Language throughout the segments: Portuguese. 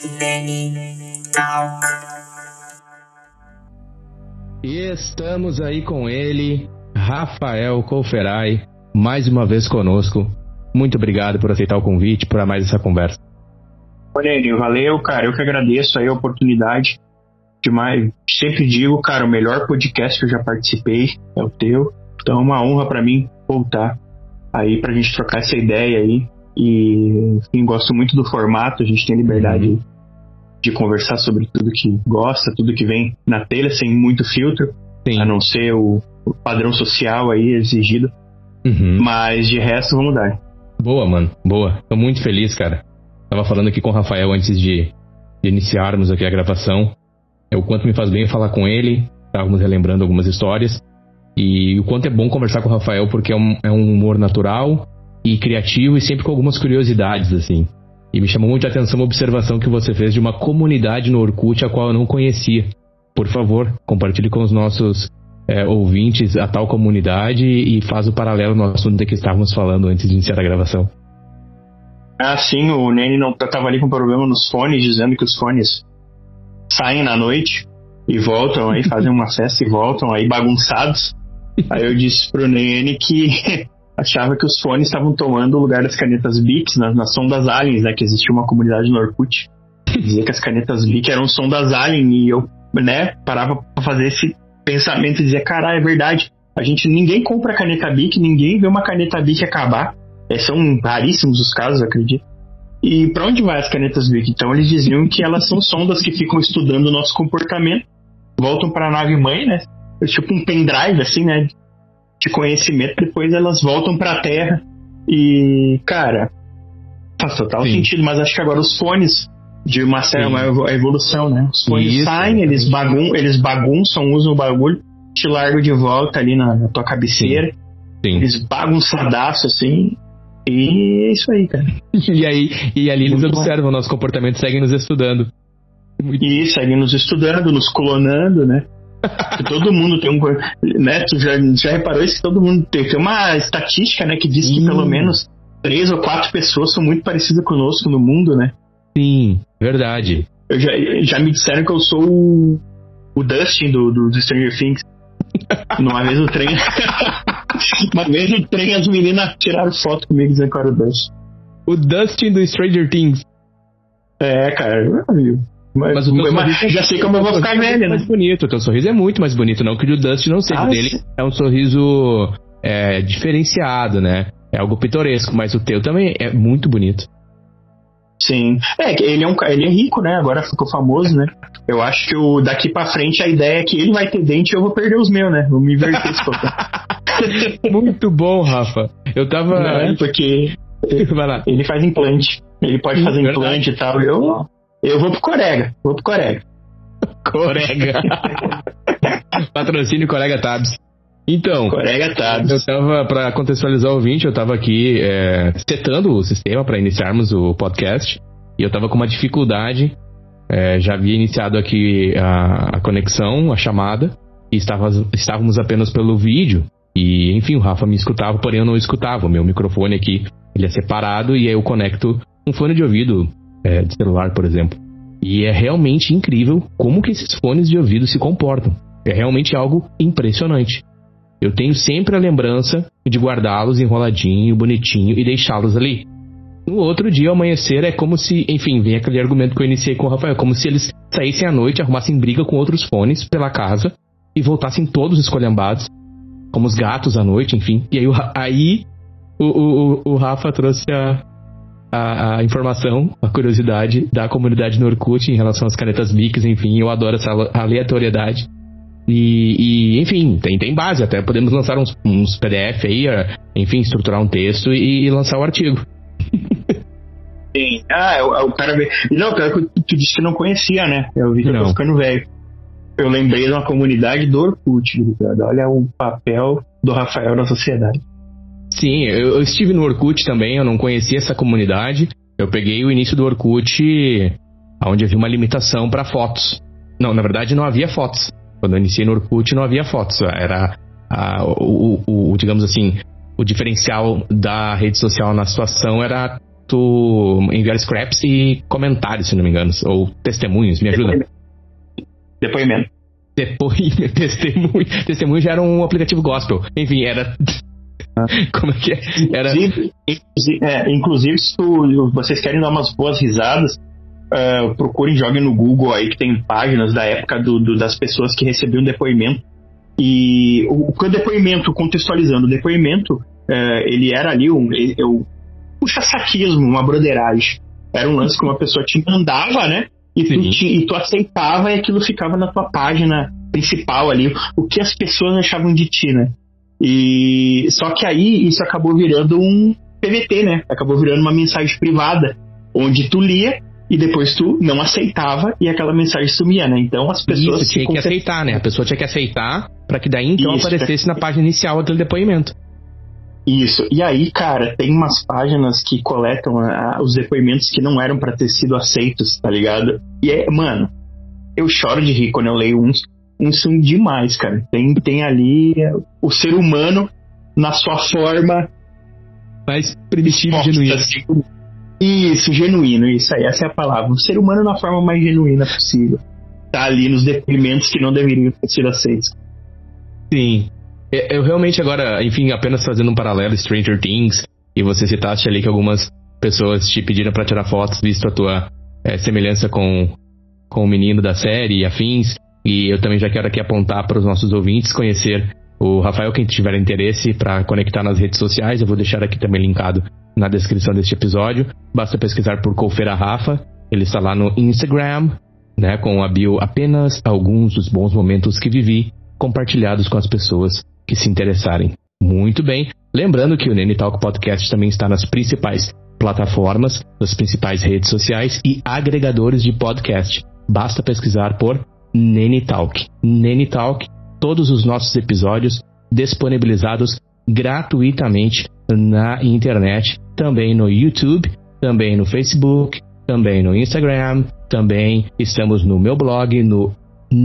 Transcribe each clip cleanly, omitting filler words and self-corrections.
E estamos aí com ele, Rafael Colferai, mais uma vez conosco. Muito obrigado por aceitar o convite para mais essa conversa. Aurélio, valeu, cara. Eu que agradeço aí a oportunidade. Demais. Sempre digo, cara, o melhor podcast que eu já participei é o teu. Então é uma honra pra mim voltar aí pra gente trocar essa ideia aí. E, enfim, gosto muito do formato. A gente tem a liberdade de conversar sobre tudo que gosta, tudo que vem na telha, sem muito filtro. Sim. A não ser o padrão social aí exigido. Mas de resto, vamos dar. Boa, mano. Boa. Tô muito feliz, cara. Tava falando aqui com o Rafael antes de iniciarmos aqui a gravação. O quanto me faz bem falar com ele. Estávamos relembrando algumas histórias. E o quanto é bom conversar com o Rafael, porque é um humor natural e criativo e sempre com algumas curiosidades, assim. E me chamou muito a atenção a observação que você fez de uma comunidade no Orkut a qual eu não conhecia. Por favor, compartilhe com os nossos ouvintes a tal comunidade e faz o paralelo no assunto de que estávamos falando antes de iniciar a gravação. Ah, sim, o Nene não tava ali com problema nos fones, dizendo que os fones saem na noite e voltam, aí fazem uma festa e voltam, aí bagunçados. Aí eu disse pro Nene que achava que os fones estavam tomando o lugar das canetas Bic na sondas aliens, né, que existia uma comunidade no Orkut. Dizia que as canetas Bic eram sondas alien e eu, né, parava pra fazer esse pensamento e dizia, caralho, é verdade, ninguém compra caneta Bic, ninguém vê uma caneta Bic acabar. São raríssimos os casos, eu acredito. E pra onde vai as canetas Bic? Então eles diziam que elas são sondas que ficam estudando o nosso comportamento, voltam pra nave mãe, né? É tipo um pendrive, assim, né? De conhecimento, depois elas voltam pra Terra. E, cara, faz total sentido, mas acho que agora os fones de uma evolução, né? Os fones saem, eles bagunçam, usam o bagulho, te largam de volta ali na tua cabeceira. Sim. Eles bagunçadaço, assim. E é isso aí, cara. E ali eles observam o nosso comportamento, seguem nos estudando. E seguem nos estudando, nos clonando, né? Todo mundo tem né? Tu já reparou isso? Que todo mundo tem uma estatística, né? Que diz que pelo menos 3 ou 4 pessoas são muito parecidas conosco no mundo, né? Sim, verdade. Já me disseram que eu sou o Dustin do Stranger Things. Uma vez no trem as meninas tiraram foto comigo dizendo que eu era o Dustin. O Dustin do Stranger Things. É, cara, mas já sei como eu vou ficar velho, né? Mais bonito, o teu sorriso é muito mais bonito, não que o do Dustin não seja. O dele é um sorriso diferenciado, né? É algo pitoresco, mas o teu também é muito bonito. Sim, ele é rico, né? Agora ficou famoso, né? Eu acho que daqui pra frente a ideia é que ele vai ter dente e eu vou perder os meus, né? Vou me inverter esse papel. Muito bom, Rafa. Eu tava... Não, porque ele faz implante. Ele pode fazer implante e tal. Eu vou pro Corega. Corega. Patrocínio Corega Tabs. Então, Corega Tabs. Eu tava, pra contextualizar o ouvinte, eu tava aqui setando o sistema pra iniciarmos o podcast. E eu tava com uma dificuldade. Já havia iniciado aqui a conexão, a chamada. E estávamos apenas pelo vídeo. E, enfim, o Rafa me escutava, porém eu não escutava. O meu microfone aqui, ele é separado. E aí eu conecto um fone de ouvido de celular, por exemplo. E é realmente incrível como que esses fones de ouvido se comportam. É realmente algo impressionante. Eu tenho sempre a lembrança de guardá-los enroladinho, bonitinho e deixá-los ali. No outro dia, ao amanhecer, é como se... Enfim, vem aquele argumento que eu iniciei com o Rafael. Como se eles saíssem à noite, arrumassem briga com outros fones pela casa e voltassem todos escolhambados, como os gatos à noite, enfim. E aí o Rafa trouxe a informação, a curiosidade da comunidade no Orkut em relação às canetas Bics, enfim. Eu adoro essa aleatoriedade. E enfim, tem base, até podemos lançar uns PDF aí, enfim, estruturar um texto e lançar o artigo. Sim. O cara... Não, cara, tu disse que não conhecia, né? Eu vi que eu tô ficando velho. Eu lembrei de uma comunidade do Orkut, ligado? Olha o papel do Rafael na sociedade. Sim, eu estive no Orkut também, eu não conhecia essa comunidade. Eu peguei o início do Orkut, onde havia uma limitação para fotos. Não, na verdade não havia fotos. Quando eu iniciei no Orkut não havia fotos. Era digamos assim, o diferencial da rede social na situação era tu enviar scraps e comentários, se não me engano, ou testemunhos, me ajuda. Depoimento. Testemunho já era um aplicativo gospel. Enfim, era... Como é que é? Era... Inclusive, se vocês querem dar umas boas risadas, procurem, joguem no Google aí, que tem páginas da época das pessoas que recebiam depoimento. E o depoimento, contextualizando, o depoimento, ele era ali um puxa-saquismo, uma broderagem. Era um lance que uma pessoa te mandava, né? E tu aceitava, e aquilo ficava na tua página principal ali, o que as pessoas achavam de ti, né? E só que aí isso acabou virando um PVT, né? Acabou virando uma mensagem privada, onde tu lia e depois tu não aceitava e aquela mensagem sumia, né? Então as pessoas... Isso, tinha que aceitar, né? A pessoa tinha que aceitar pra que daí então aparecesse na página inicial aquele depoimento. Isso. E aí, cara, tem umas páginas que coletam os depoimentos que não eram pra ter sido aceitos, tá ligado? E mano, eu choro de rir quando eu leio uns são demais, cara. Tem ali o ser humano na sua forma mais primitiva e genuína. Isso, genuíno, isso aí, essa é a palavra. O ser humano na forma mais genuína possível. Tá ali nos depoimentos que não deveriam ter sido aceitos. Sim. Eu realmente agora, enfim, apenas fazendo um paralelo, Stranger Things, e você citaste ali que algumas pessoas te pediram pra tirar fotos, visto a tua semelhança com o menino da série e afins, e eu também já quero aqui apontar para os nossos ouvintes conhecer o Rafael, quem tiver interesse para conectar nas redes sociais, eu vou deixar aqui também linkado na descrição deste episódio, basta pesquisar por Coufeira Rafa, ele está lá no Instagram, né, com a bio apenas alguns dos bons momentos que vivi, compartilhados com as pessoas que se interessarem. Muito bem. Lembrando que o Nene Talk Podcast também está nas principais plataformas, nas principais redes sociais e agregadores de podcast. Basta pesquisar por Nene Talk. Nene Talk, todos os nossos episódios disponibilizados gratuitamente na internet, também no YouTube, também no Facebook, também no Instagram, também estamos no meu blog, no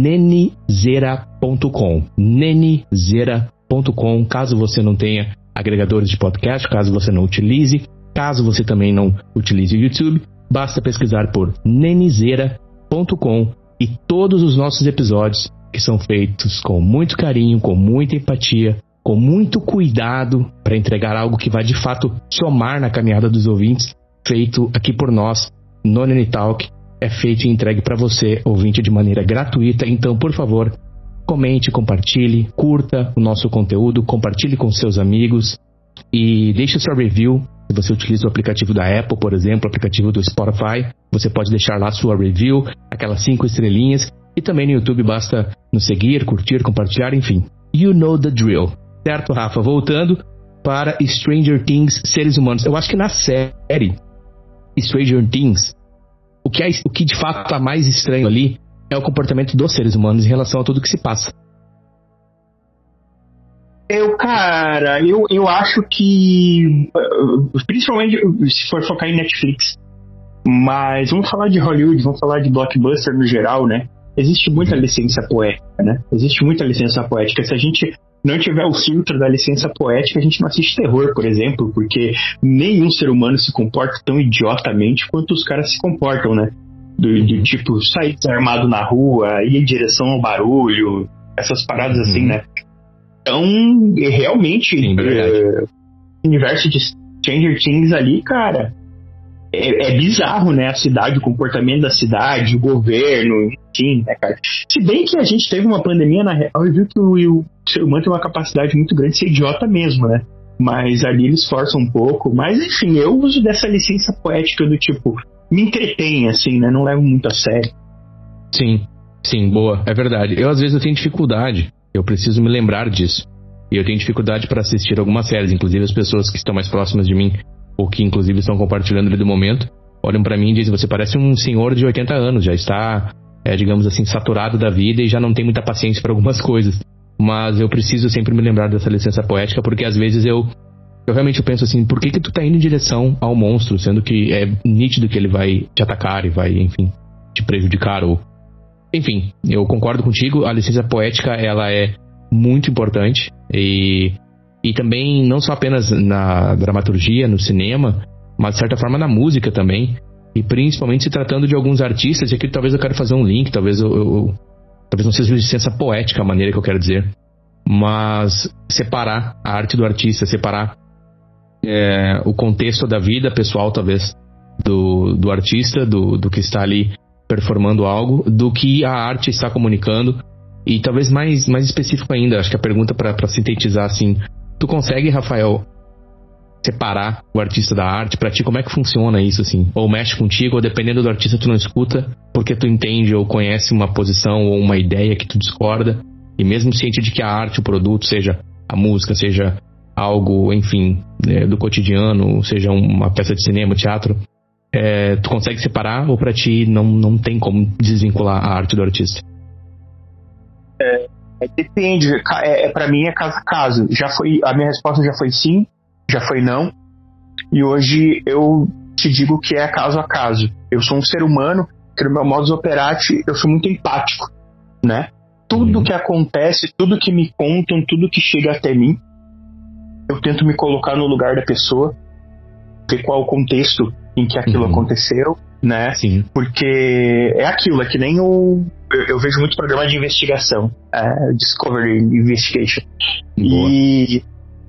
nenizera.com. nenizera.com. Caso você não tenha agregadores de podcast, caso você não utilize, caso você também não utilize o YouTube, basta pesquisar por nenizera.com e todos os nossos episódios, que são feitos com muito carinho, com muita empatia, com muito cuidado para entregar algo que vai de fato somar na caminhada dos ouvintes, feito aqui por nós no Nene Talk, é feito e entregue para você, ouvinte, de maneira gratuita. Então, por favor, comente, compartilhe, curta o nosso conteúdo, compartilhe com seus amigos e deixe o seu review. Se você utiliza o aplicativo da Apple, por exemplo, o aplicativo do Spotify, você pode deixar lá sua review, aquelas 5 estrelinhas. E também no YouTube basta nos seguir, curtir, compartilhar, enfim. You know the drill. Certo, Rafa? Voltando para Stranger Things, seres humanos. Eu acho que na série Stranger Things, o que de fato está mais estranho ali é o comportamento dos seres humanos em relação a tudo que se passa. Eu acho que, principalmente se for focar em Netflix, mas vamos falar de Hollywood, vamos falar de blockbuster no geral, né? Existe muita licença poética, né? Existe muita licença poética. Se a gente não tiver o filtro da licença poética, a gente não assiste terror, por exemplo, porque nenhum ser humano se comporta tão idiotamente quanto os caras se comportam, né? Do tipo, sair desarmado na rua, ir em direção ao barulho, essas paradas assim, né? Então, realmente, o universo de Stranger Things ali, cara, é bizarro, né? A cidade, o comportamento da cidade, o governo, enfim, né, cara? Se bem que a gente teve uma pandemia, na real, e viu que o ser humano tem uma capacidade muito grande de ser idiota mesmo, né? Mas ali eles forçam um pouco. Mas, enfim, eu uso dessa licença poética do tipo, me entretém, assim, né? Não levo muito a sério. Sim, boa, é verdade. Às vezes eu tenho dificuldade, eu preciso me lembrar disso. E eu tenho dificuldade para assistir algumas séries, inclusive as pessoas que estão mais próximas de mim, ou que inclusive estão compartilhando ali do momento, olham pra mim e dizem, você parece um senhor de 80 anos, já está, digamos assim, saturado da vida e já não tem muita paciência para algumas coisas. Mas eu preciso sempre me lembrar dessa licença poética, porque às vezes eu realmente penso assim, por que tu tá indo em direção ao monstro, sendo que é nítido que ele vai te atacar e vai, enfim, te prejudicar ou... Enfim, eu concordo contigo, a licença poética, ela é muito importante e também não só apenas na dramaturgia, no cinema, mas de certa forma na música também, e principalmente se tratando de alguns artistas, e aqui talvez eu quero fazer um link, talvez talvez não seja licença poética a maneira que eu quero dizer, mas separar a arte do artista, separar o contexto da vida pessoal, talvez, do artista, do que está ali performando algo, do que a arte está comunicando. E talvez mais específico ainda, acho que a pergunta para sintetizar assim, tu consegue, Rafael, separar o artista da arte? Pra ti, como é que funciona isso, assim? Ou mexe contigo, ou dependendo do artista tu não escuta, porque tu entende ou conhece uma posição ou uma ideia que tu discorda, e mesmo ciente de que a arte, o produto, seja a música, seja algo, enfim, do cotidiano, seja uma peça de cinema, teatro, tu consegue separar, ou pra ti não tem como desvincular a arte do artista? Depende, pra mim é caso a caso. A minha resposta já foi sim, já foi não, e hoje eu te digo que é caso a caso. Eu sou um ser humano, que no meu modus operandi eu sou muito empático, né? Tudo que acontece, tudo que me contam, tudo que chega até mim, eu tento me colocar no lugar da pessoa, ver qual o contexto em que aquilo aconteceu, né? Sim. Porque é aquilo, é que nem eu vejo muito programa de investigação, Discovery Investigation. Boa. E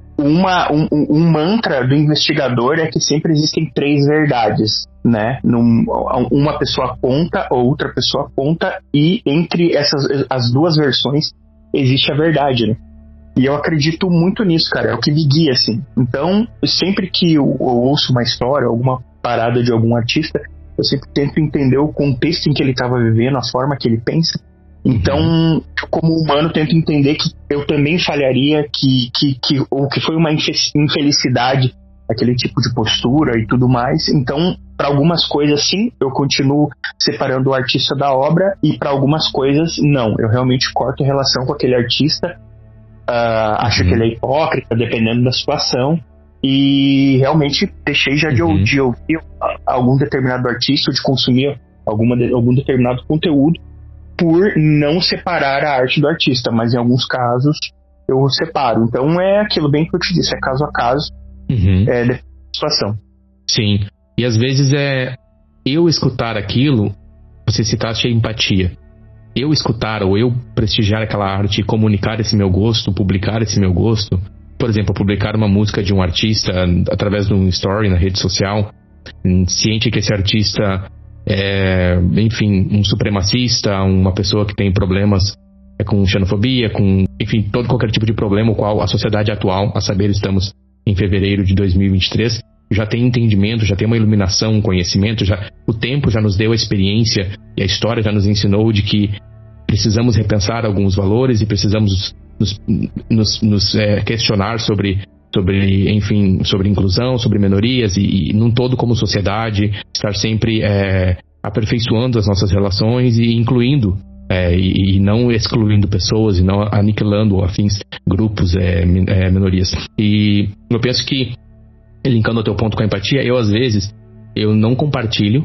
um mantra do investigador é que sempre existem 3 verdades, né? Uma pessoa conta, outra pessoa conta, e entre as 2 versões existe a verdade, né? E eu acredito muito nisso, cara, é o que me guia, assim. Então, sempre que eu ouço uma história, alguma parada de algum artista, eu sempre tento entender o contexto em que ele estava vivendo, a forma que ele pensa. Então, como humano, tento entender que eu também falharia, ou que foi uma infelicidade, aquele tipo de postura e tudo mais. Então, para algumas coisas, sim, eu continuo separando o artista da obra, e para algumas coisas, não. Eu realmente corto relação com aquele artista, acho que ele é hipócrita, dependendo da situação, e realmente deixei já de ouvir algum determinado artista, ou de consumir algum determinado conteúdo, por não separar a arte do artista, mas em alguns casos eu separo. Então é aquilo bem que eu te disse, é caso a caso, depende da situação. Sim, e às vezes eu escutar aquilo, você citaste a empatia, eu escutar ou eu prestigiar aquela arte e comunicar esse meu gosto, publicar esse meu gosto, por exemplo, publicar uma música de um artista através de um story na rede social, ciente que esse artista enfim, um supremacista, uma pessoa que tem problemas com xenofobia, com, enfim, qualquer tipo de problema o qual a sociedade atual, a saber, estamos em fevereiro de 2023, já tem entendimento, já tem uma iluminação, um conhecimento, o tempo já nos deu a experiência e a história já nos ensinou de que precisamos repensar alguns valores e precisamos nos questionar sobre, enfim, sobre inclusão, sobre minorias e num todo como sociedade, estar sempre aperfeiçoando as nossas relações e incluindo e não excluindo pessoas e não aniquilando afins, grupos, minorias. E eu penso que, linkando o teu ponto com a empatia, às vezes eu não compartilho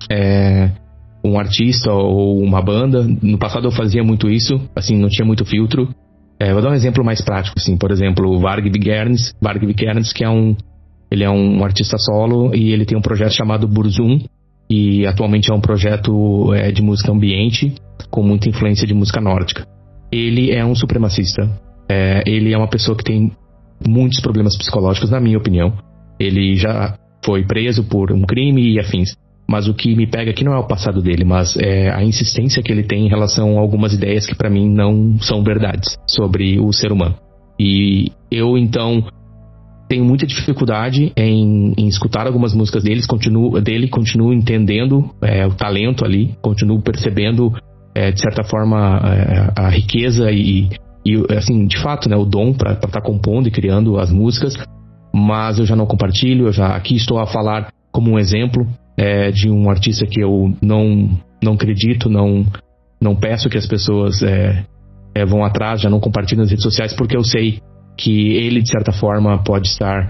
um artista ou uma banda. No passado eu fazia muito isso, assim, não tinha muito filtro. Vou dar um exemplo mais prático, assim, por exemplo, o Varg Vikernes, que ele é um artista solo e ele tem um projeto chamado Burzum, e atualmente é um projeto de música ambiente com muita influência de música nórdica. Ele é um supremacista, ele é uma pessoa que tem muitos problemas psicológicos, na minha opinião. Ele já foi preso por um crime e afins. Mas o que me pega aqui não é o passado dele, mas é a insistência que ele tem em relação a algumas ideias que pra mim não são verdades sobre o ser humano. E eu, então, tenho muita dificuldade em escutar algumas músicas dele, continuo entendendo o talento ali, continuo percebendo, de certa forma, a riqueza e, assim, de fato, né, o dom pra estar compondo e criando as músicas, mas eu já não compartilho, aqui estou a falar como um exemplo de um artista que eu não acredito, não peço que as pessoas vão atrás, já não compartilho nas redes sociais, porque eu sei que ele, de certa forma, pode estar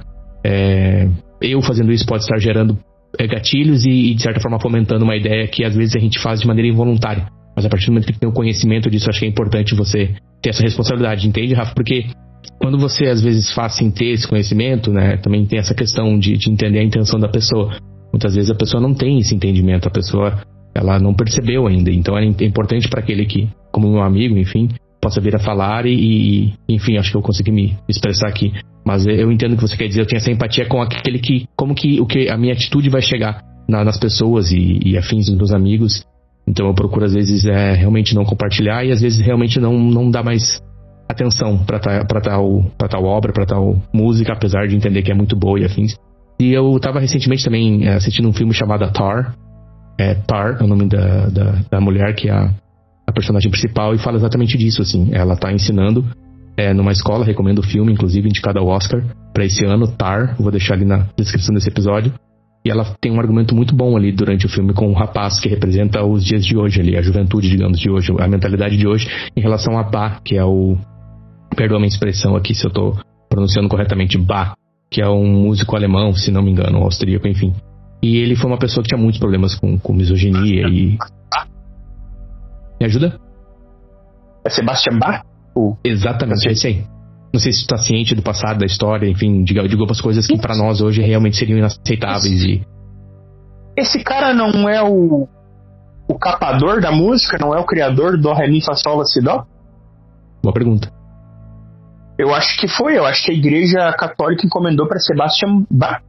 eu fazendo isso pode estar gerando gatilhos e de certa forma fomentando uma ideia que às vezes a gente faz de maneira involuntária, mas a partir do momento que tem o conhecimento disso, acho que é importante você ter essa responsabilidade, entende, Rafa? Porque quando você às vezes faz sem ter esse conhecimento, né, também tem essa questão de entender a intenção da pessoa. Muitas vezes a pessoa não tem esse entendimento, a pessoa ela não percebeu ainda. Então é importante para aquele que, como meu amigo, enfim, possa vir a falar e enfim, acho que eu consegui me expressar aqui. Mas eu entendo o que você quer dizer, eu tenho essa empatia com aquele que, como que a minha atitude vai chegar nas pessoas e afins dos meus amigos. Então eu procuro às vezes realmente não compartilhar e às vezes realmente não dar mais atenção para tal obra, para tal música, apesar de entender que é muito boa e afins. E eu tava recentemente também assistindo um filme chamado Tar. Tar é o nome da mulher que é a personagem principal e fala exatamente disso, assim. Ela tá ensinando numa escola, recomendo o filme, inclusive indicado ao Oscar para esse ano, Tar, vou deixar ali na descrição desse episódio. E ela tem um argumento muito bom ali durante o filme com um rapaz que representa os dias de hoje ali, a juventude, digamos, de hoje, a mentalidade de hoje em relação a Bach, que é perdoa a minha expressão aqui se eu tô pronunciando corretamente, Bach, que é um músico alemão, se não me engano, austríaco, enfim. E ele foi uma pessoa que tinha muitos problemas com misoginia e... Me ajuda? É Sebastian Bach? Exatamente, é isso aí. Não sei se tu tá ciente do passado, da história, enfim, de algumas coisas que pra nós hoje realmente seriam inaceitáveis. Esse cara não é o capador da música? Não é o criador do Ré, Mi, Fá, Sol, Lá, Si, Dó? Boa pergunta. Eu acho que foi. Eu acho que a Igreja Católica encomendou para Sebastian Bach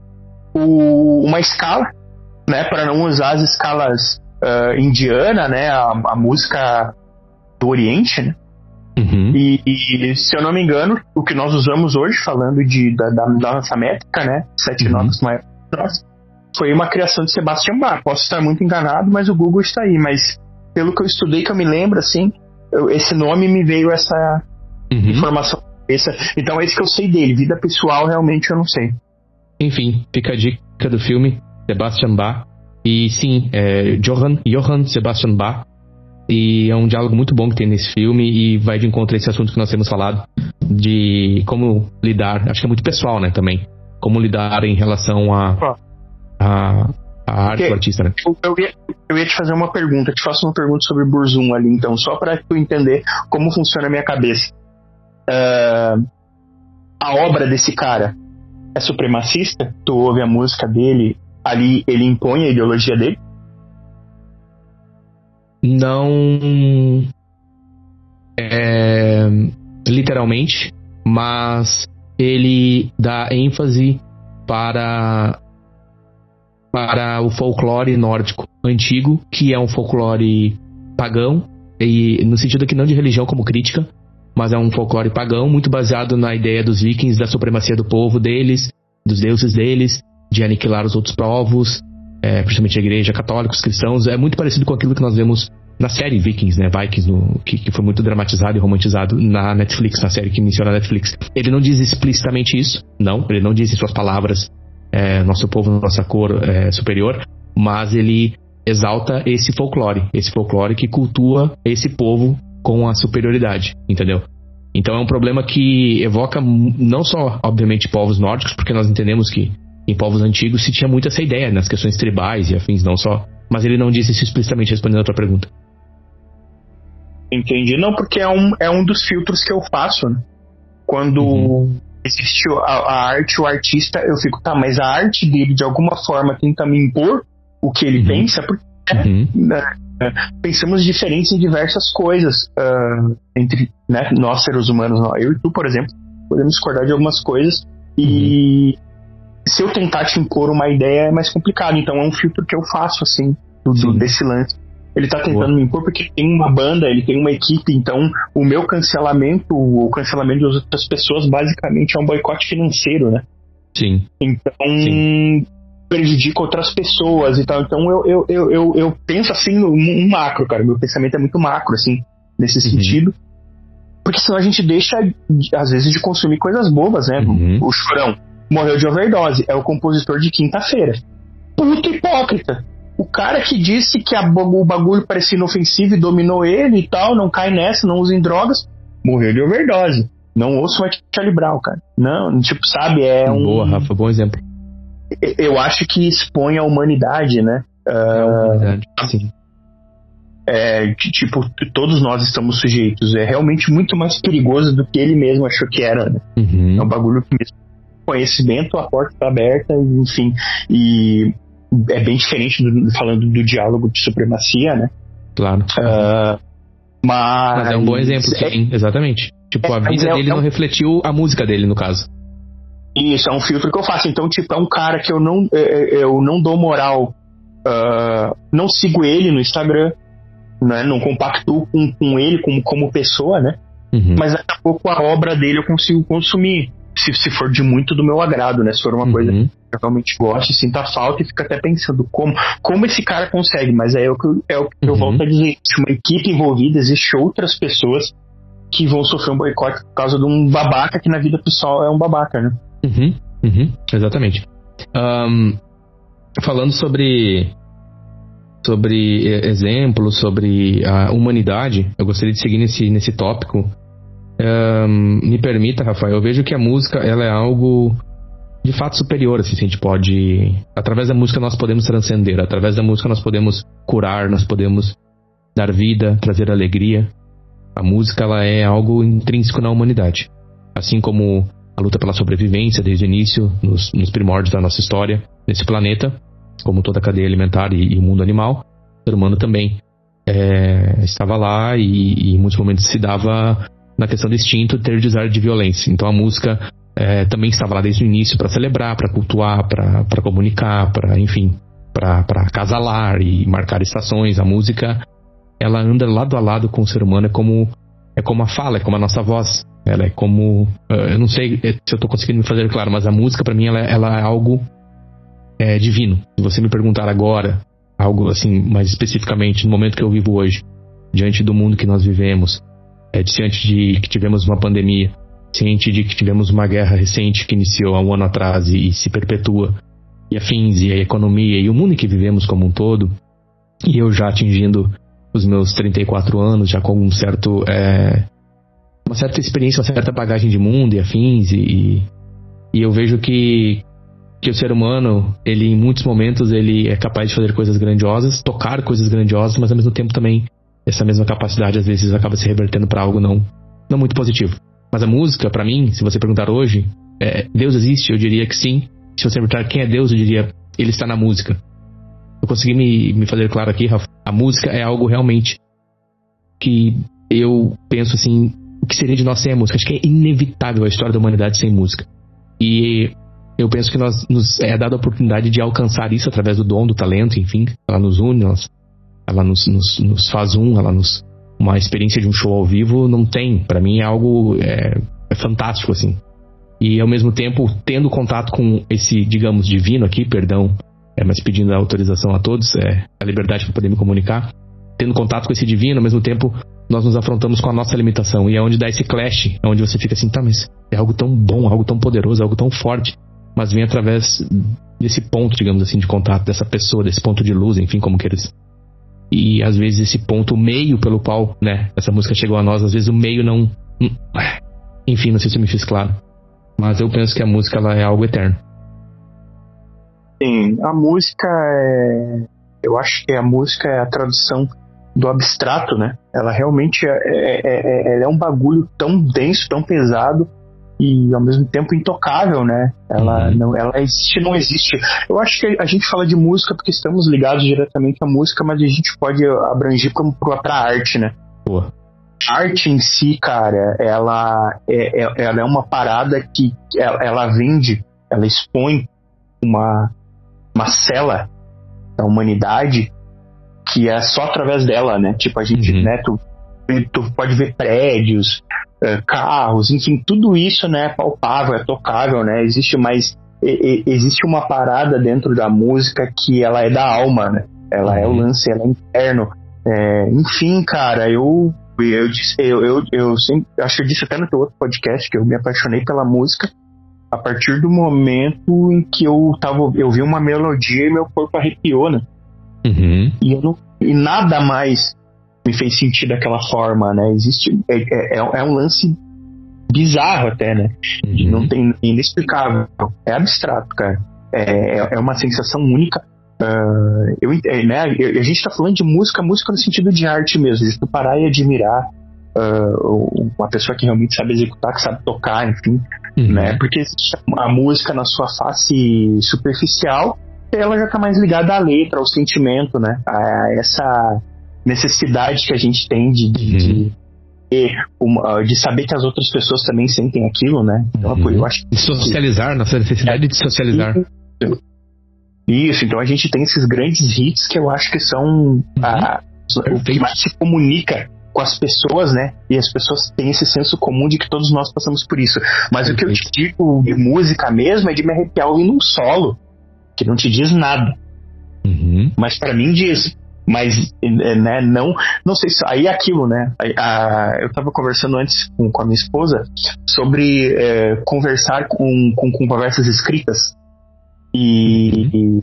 uma escala, né, para não usar as escalas indiana, né, a música do Oriente, né? Uhum. E se eu não me engano, o que nós usamos hoje, falando da nossa métrica, né, 7 notas maiores, foi uma criação de Sebastian Bach. Posso estar muito enganado, mas o Google está aí. Mas pelo que eu estudei, que eu me lembro, assim, esse nome me veio essa informação. Então é isso que eu sei dele. Vida pessoal, realmente, eu não sei. Enfim, fica a dica do filme, Sebastian Bach. E sim, Johann Sebastian Bach. E é um diálogo muito bom que tem nesse filme e vai de encontro a esse assunto que nós temos falado, de como lidar, acho que é muito pessoal, né, também, como lidar em relação a arte do artista, né? Eu ia te fazer uma pergunta, te faço uma pergunta sobre Burzum ali, então, só para tu entender como funciona a minha cabeça. A obra desse cara é supremacista? Tu ouve a música dele, ali ele impõe a ideologia dele? Não literalmente, mas ele dá ênfase para o folclore nórdico antigo, que é um folclore pagão, e no sentido aqui não de religião como crítica, mas é um folclore pagão muito baseado na ideia dos vikings, da supremacia do povo deles, dos deuses deles, de aniquilar os outros povos, principalmente a igreja, católicos, cristãos. É muito parecido com aquilo que nós vemos na série Vikings, né? Vikings, que foi muito dramatizado e romantizado na Netflix, na série que iniciou na Netflix. Ele não diz explicitamente isso, não. Ele não diz em suas palavras, nosso povo, nossa cor superior, mas ele exalta esse folclore que cultua esse povo com a superioridade, entendeu? Então é um problema que evoca não só, obviamente, povos nórdicos, porque nós entendemos que em povos antigos se tinha muito essa ideia nas questões tribais e afins, não só. Mas ele não disse isso explicitamente, respondendo a tua pergunta. Entendi. Não, porque é um dos filtros que eu faço, né? Quando existe a arte, o artista, eu fico, tá, mas a arte dele de alguma forma tenta me impor o que ele pensa, porque pensamos diferentes em diversas coisas entre, né, nós seres humanos, eu e tu, por exemplo, podemos discordar de algumas coisas e se eu tentar te impor uma ideia é mais complicado. Então é um filtro que eu faço, assim, desse lance. Ele tá tentando me impor porque ele tem uma banda, ele tem uma equipe, então o meu cancelamento, o cancelamento de outras pessoas, basicamente é um boicote financeiro, né? Sim. Então prejudica outras pessoas e tal. Então eu penso assim no macro, cara. Meu pensamento é muito macro, assim, nesse sentido. Porque senão a gente deixa, às vezes, de consumir coisas bobas, né? O Chorão morreu de overdose, é o compositor de Quinta-feira. Puta hipócrita! O cara que disse que o bagulho parecia inofensivo e dominou ele e tal, não cai nessa, não usa em drogas, morreu de overdose. Não ouço mais Charlie Brown, cara. Não, tipo, sabe, Boa, Rafa, bom exemplo. Eu acho que expõe a humanidade, né? A humanidade, sim. tipo, todos nós estamos sujeitos. É realmente muito mais perigoso do que ele mesmo achou que era, né? É um bagulho que mesmo conhecimento, a porta está aberta, enfim. E é bem diferente falando do diálogo de supremacia, né? Claro. Mas é um bom exemplo, sim, exatamente. Tipo, a vida dele não refletiu a música dele, no caso. Isso, é um filtro que eu faço. Então, tipo, é um cara que eu não dou moral, não sigo ele no Instagram, né? Não compactuo com ele como pessoa, né? Mas daqui a pouco a obra dele eu consigo consumir, se for de muito do meu agrado, né? Se for uma coisa que eu realmente gosto, sinta falta e fica até pensando como esse cara consegue. Mas é o que eu volto a dizer. Existe uma equipe envolvida, existe outras pessoas que vão sofrer um boicote por causa de um babaca que na vida pessoal é um babaca, né? Exatamente. Falando sobre exemplos, sobre a humanidade, eu gostaria de seguir nesse tópico. Me permita, Rafael, eu vejo que a música, ela é algo de fato superior, assim, se a gente pode... Através da música nós podemos transcender, através da música nós podemos curar, nós podemos dar vida, trazer alegria. A música, ela é algo intrínseco na humanidade. Assim como a luta pela sobrevivência desde o início, nos primórdios da nossa história, nesse planeta, como toda a cadeia alimentar e o mundo animal, o ser humano também estava lá e em muitos momentos se dava na questão do instinto ter desar de violência. Então a música também estava lá desde o início para celebrar, para cultuar, para comunicar, para acasalar e marcar estações. A música, ela anda lado a lado com o ser humano, é como a fala, é como a nossa voz. Ela é como... eu não sei se eu tô conseguindo me fazer claro, mas a música pra mim ela é algo divino. Se você me perguntar agora, algo assim, mais especificamente, no momento que eu vivo hoje, diante do mundo que nós vivemos, diante de que tivemos uma pandemia, ciente de que tivemos uma guerra recente que iniciou há um ano atrás e se perpetua, e afins, e a economia, e o mundo em que vivemos como um todo, e eu já atingindo os meus 34 anos, já com uma certa experiência, uma certa bagagem de mundo e afins, e eu vejo que o ser humano, ele em muitos momentos, ele é capaz de fazer coisas grandiosas, tocar coisas grandiosas, mas ao mesmo tempo também essa mesma capacidade às vezes acaba se revertendo para algo não muito positivo. Mas a música, para mim, se você perguntar hoje, Deus existe? Eu diria que sim. Se você perguntar quem é Deus, eu diria, ele está na música. Eu consegui me fazer claro aqui, Rafa. A música é algo realmente que eu penso assim, o que seria de nós sem a música? Acho que é inevitável a história da humanidade sem música. E eu penso que nos é dada a oportunidade de alcançar isso através do dom, do talento, enfim. Ela nos une, ela nos faz uma experiência de um show ao vivo não tem. Pra mim é algo fantástico, assim. E ao mesmo tempo, tendo contato com esse, digamos, divino aqui, perdão, mas pedindo a autorização a todos, a liberdade para poder me comunicar, tendo contato com esse divino, ao mesmo tempo nós nos afrontamos com a nossa limitação, e é onde dá esse clash, é onde você fica assim, tá, mas é algo tão bom, algo tão poderoso, algo tão forte, mas vem através desse ponto, digamos assim, de contato, dessa pessoa, desse ponto de luz, enfim, como que eles... E às vezes esse ponto, o meio pelo qual, né, essa música chegou a nós, às vezes o meio não... Enfim, não sei se eu me fiz claro, mas eu penso que a música, ela é algo eterno. Sim, a música eu acho que a música é a tradução do abstrato, né? Ela realmente ela é um bagulho tão denso, tão pesado e ao mesmo tempo intocável, né? Ela existe, não existe. Eu acho que a gente fala de música porque estamos ligados diretamente à música, mas a gente pode abranger pra arte, né? Boa. A arte em si, cara, ela é uma parada que ela vende, ela expõe uma cela da humanidade que é só através dela, né? Tipo, a gente, né? Tu pode ver prédios, carros, enfim, tudo isso, né? É palpável, é tocável, né? Existe uma parada dentro da música que ela é da alma, né? Ela é o lance, ela é interno. Enfim, cara, eu sempre, acho que eu disse até no teu outro podcast que eu me apaixonei pela música a partir do momento em que eu vi uma melodia e meu corpo arrepiou, né? E nada mais me fez sentir daquela forma, né? Existe um lance bizarro até, né? Não tem inexplicável, é abstrato, cara. É uma sensação única. A gente tá falando de música no sentido de arte mesmo, de tu parar e admirar uma pessoa que realmente sabe executar, que sabe tocar, enfim, né? Porque existe a música na sua face superficial, ela já tá mais ligada à letra, ao sentimento, né? A essa necessidade que a gente tem de saber que as outras pessoas também sentem aquilo, né? Então, eu acho que socializar, nossa necessidade de socializar. Isso, então a gente tem esses grandes hits que eu acho que são o que mais se comunica com as pessoas, né? E as pessoas têm esse senso comum de que todos nós passamos por isso. Mas o que eu te digo de música mesmo é de me arrepiar ouvindo um solo, que não te diz nada. Mas pra mim diz. Mas, né, não sei se... Aí é aquilo, né? Eu tava conversando antes com a minha esposa sobre conversar com conversas escritas. E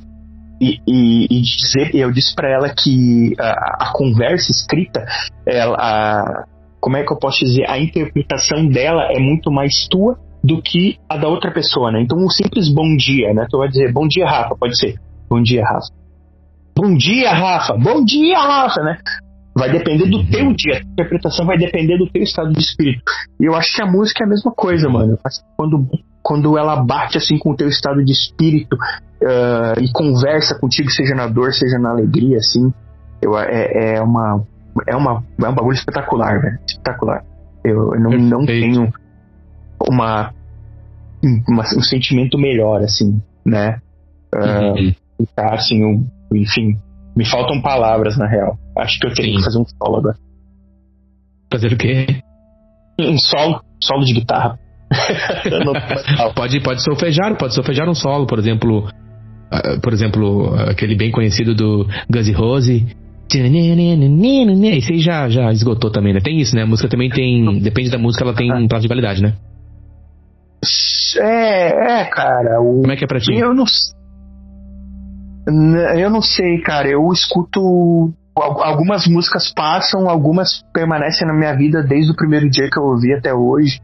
eu disse pra ela que a conversa escrita, como é que eu posso dizer? A interpretação dela é muito mais tua do que a da outra pessoa, né? Então, um simples bom dia, né? Tu vai dizer, bom dia, Rafa, pode ser. Bom dia, Rafa. Bom dia, Rafa! Bom dia, Rafa, né? Vai depender do teu dia. A interpretação vai depender do teu estado de espírito. E eu acho que a música é a mesma coisa, mano. Quando ela bate assim com o teu estado de espírito e conversa contigo, seja na dor, seja na alegria, assim, é um bagulho espetacular, velho. Espetacular. Eu não tenho um sentimento melhor, assim, né? Tá, assim, enfim, me faltam palavras, na real. Acho que eu teria que fazer um solo agora. Fazer o quê? Um solo de guitarra. Pode solfejar um solo, por exemplo, aquele bem conhecido do Guns N' Roses. Esse aí já esgotou também, né? Tem isso, né? A música também tem, depende da música, ela tem um prazo de validade, né? Cara. Como é que é pra ti? Eu não sei, cara. Eu escuto. Algumas músicas passam, algumas permanecem na minha vida desde o primeiro dia que eu ouvi até hoje.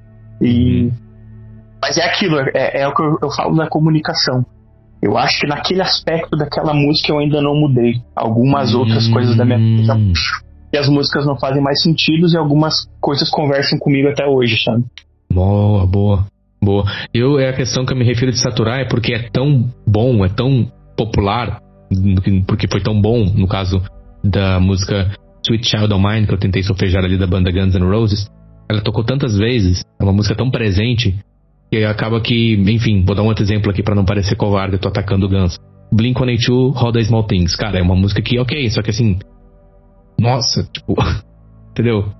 Mas é aquilo, é o que eu falo da comunicação. Eu acho que naquele aspecto daquela música eu ainda não mudei. Algumas outras coisas da minha vida e as músicas não fazem mais sentido e algumas coisas conversam comigo até hoje, sabe? Boa. A questão que eu me refiro de saturar é porque é tão bom, é tão popular, porque foi tão bom, no caso da música Sweet Child O' Mine, que eu tentei solfejar ali da banda Guns N' Roses. Ela tocou tantas vezes, é uma música tão presente, que acaba que, enfim, vou dar um outro exemplo aqui pra não parecer covarde, eu tô atacando o Guns. Blink-182, All the Small Things. Cara, é uma música que, ok, só que assim, nossa, tipo, entendeu?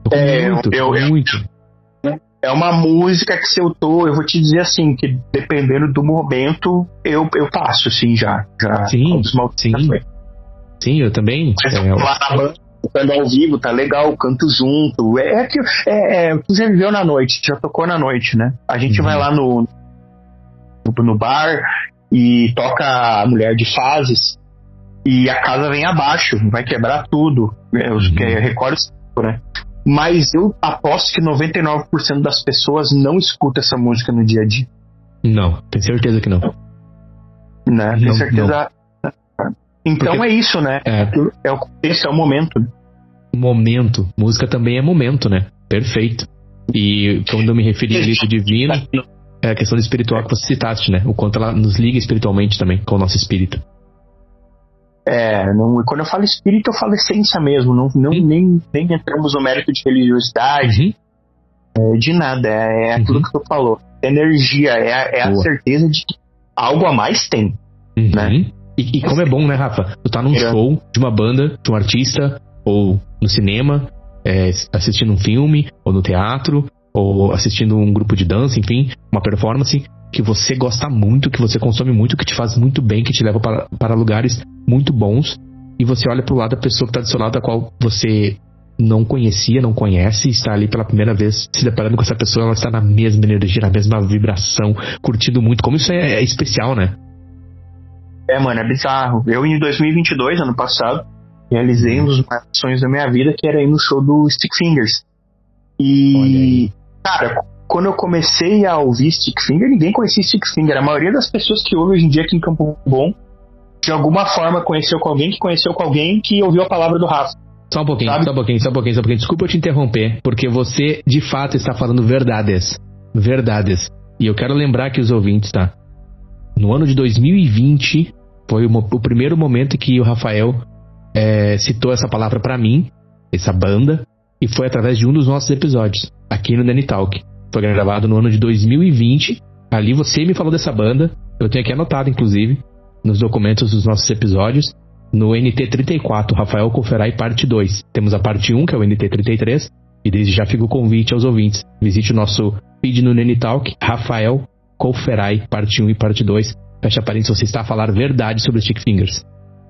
Muito. É uma música que se eu vou te dizer assim, que dependendo do momento, eu passo, assim, já. Sim, eu também. Lá na banda, tocando ao vivo, tá legal, canto junto. Tu já viveu na noite, já tocou na noite, né? A gente vai lá no bar e toca a Mulher de Fases e a casa vem abaixo, vai quebrar tudo. Recordes, né? Mas eu aposto que 99% das pessoas não escuta essa música no dia a dia. Não, tenho certeza que não. Né? Tenho certeza. Não. Então porque é isso, né? Esse é o momento. Momento. Música também é momento, né? Perfeito. E quando eu me referi ao livro divino, é a questão do espiritual que você citaste, né? O quanto ela nos liga espiritualmente também com o nosso espírito. Quando eu falo espírito, eu falo essência mesmo. Nem entramos no mérito de religiosidade, de nada. É aquilo que tu falou. Energia, é a certeza de que algo a mais tem. Né? E como é bom, né, Rafa? Tu tá num show de uma banda, de um artista, ou no cinema, assistindo um filme, ou no teatro, ou assistindo um grupo de dança, enfim, uma performance que você gosta muito, que você consome muito, que te faz muito bem, que te leva para lugares muito bons, e você olha pro lado da pessoa que tá do seu lado, a qual você não conhecia, não conhece, está ali pela primeira vez se deparando com essa pessoa, ela está na mesma energia, na mesma vibração, curtindo muito. Como isso é especial, né? Mano, é bizarro. Eu, em 2022, ano passado, realizei um dos maiores sonhos da minha vida, que era ir no show do Stick Fingers. E, cara, quando eu comecei a ouvir Stick Finger, ninguém conhecia Stick Finger. A maioria das pessoas que ouvem hoje em dia aqui em Campo Bom de alguma forma conheceu com alguém que conheceu com alguém que ouviu a palavra do Rafa. Só um pouquinho. Desculpa eu te interromper, porque você, de fato, está falando verdades. E eu quero lembrar que os ouvintes, tá? No ano de 2020, foi o primeiro momento que o Rafael citou essa palavra pra mim, essa banda, e foi através de um dos nossos episódios, aqui no Nene Talk. Foi gravado no ano de 2020. Ali você me falou dessa banda, eu tenho aqui anotado, inclusive, nos documentos dos nossos episódios, no NT34, Rafael Colferai parte 2. Temos a parte 1, que é o NT33, e desde já fica o convite aos ouvintes. Visite o nosso feed no Nene Talk, Rafael Colferai, parte 1 e parte 2. Fecha parênteses, você está a falar verdade sobre os Stick Fingers.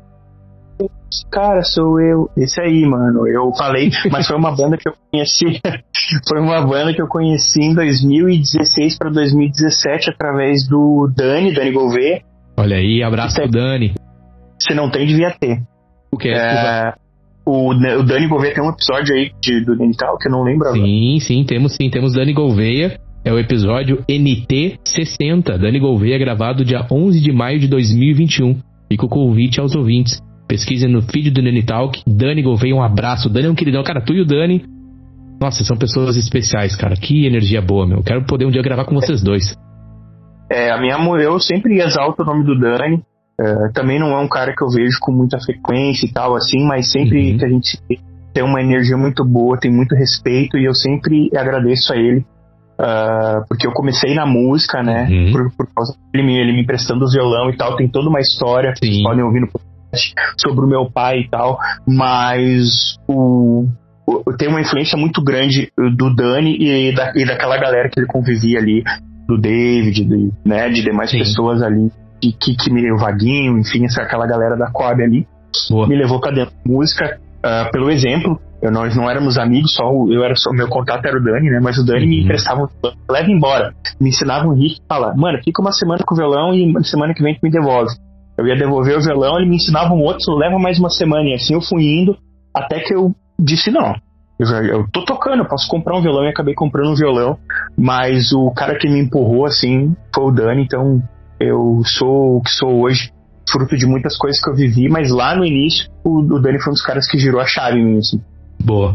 Cara, sou eu. Esse aí, mano. Eu falei, mas foi uma banda que eu conheci. Foi uma banda que eu conheci em 2016 para 2017 através do Dani Gouveia. Olha aí, abraço pro Dani. Se não tem, devia ter. O que? O Dani Gouveia tem um episódio aí do Dental que eu não lembro agora. Sim, temos Dani Gouveia. É o episódio NT60. Dani Gouveia, gravado dia 11 de maio de 2021. Fica o convite aos ouvintes. Pesquisem no feed do Nene Talk. Dani Gouveia, um abraço. O Dani é um queridão. Cara, tu e o Dani, nossa, são pessoas especiais, cara. Que energia boa, meu. Quero poder um dia gravar com vocês dois. Eu sempre exalto o nome do Dani. Também não é um cara que eu vejo com muita frequência e tal, assim, mas sempre que a gente tem uma energia muito boa, tem muito respeito, e eu sempre agradeço a ele. Porque eu comecei na música, né? Por causa dele, ele me emprestando o violão e tal. Tem toda uma história que vocês podem ouvir no podcast sobre o meu pai e tal. Mas tem uma influência muito grande do Dani e daquela galera que ele convivia ali, do David, de demais pessoas ali, o Vaguinho, enfim, aquela galera da Coab ali. Boa. Me levou pra dentro da música pelo exemplo. Nós não éramos amigos, meu contato era o Dani, né? Mas o Dani me emprestava um violão, leva embora. Me ensinava um riff e falava, mano, fica uma semana com o violão e semana que vem tu me devolve. Eu ia devolver o violão, ele me ensinava um outro, leva mais uma semana. E assim eu fui indo, até que eu disse, não, eu tô tocando, eu posso comprar um violão, e acabei comprando um violão. Mas o cara que me empurrou, assim, foi o Dani. Então eu sou o que sou hoje, fruto de muitas coisas que eu vivi. Mas lá no início, o Dani foi um dos caras que girou a chave em mim, assim. Boa.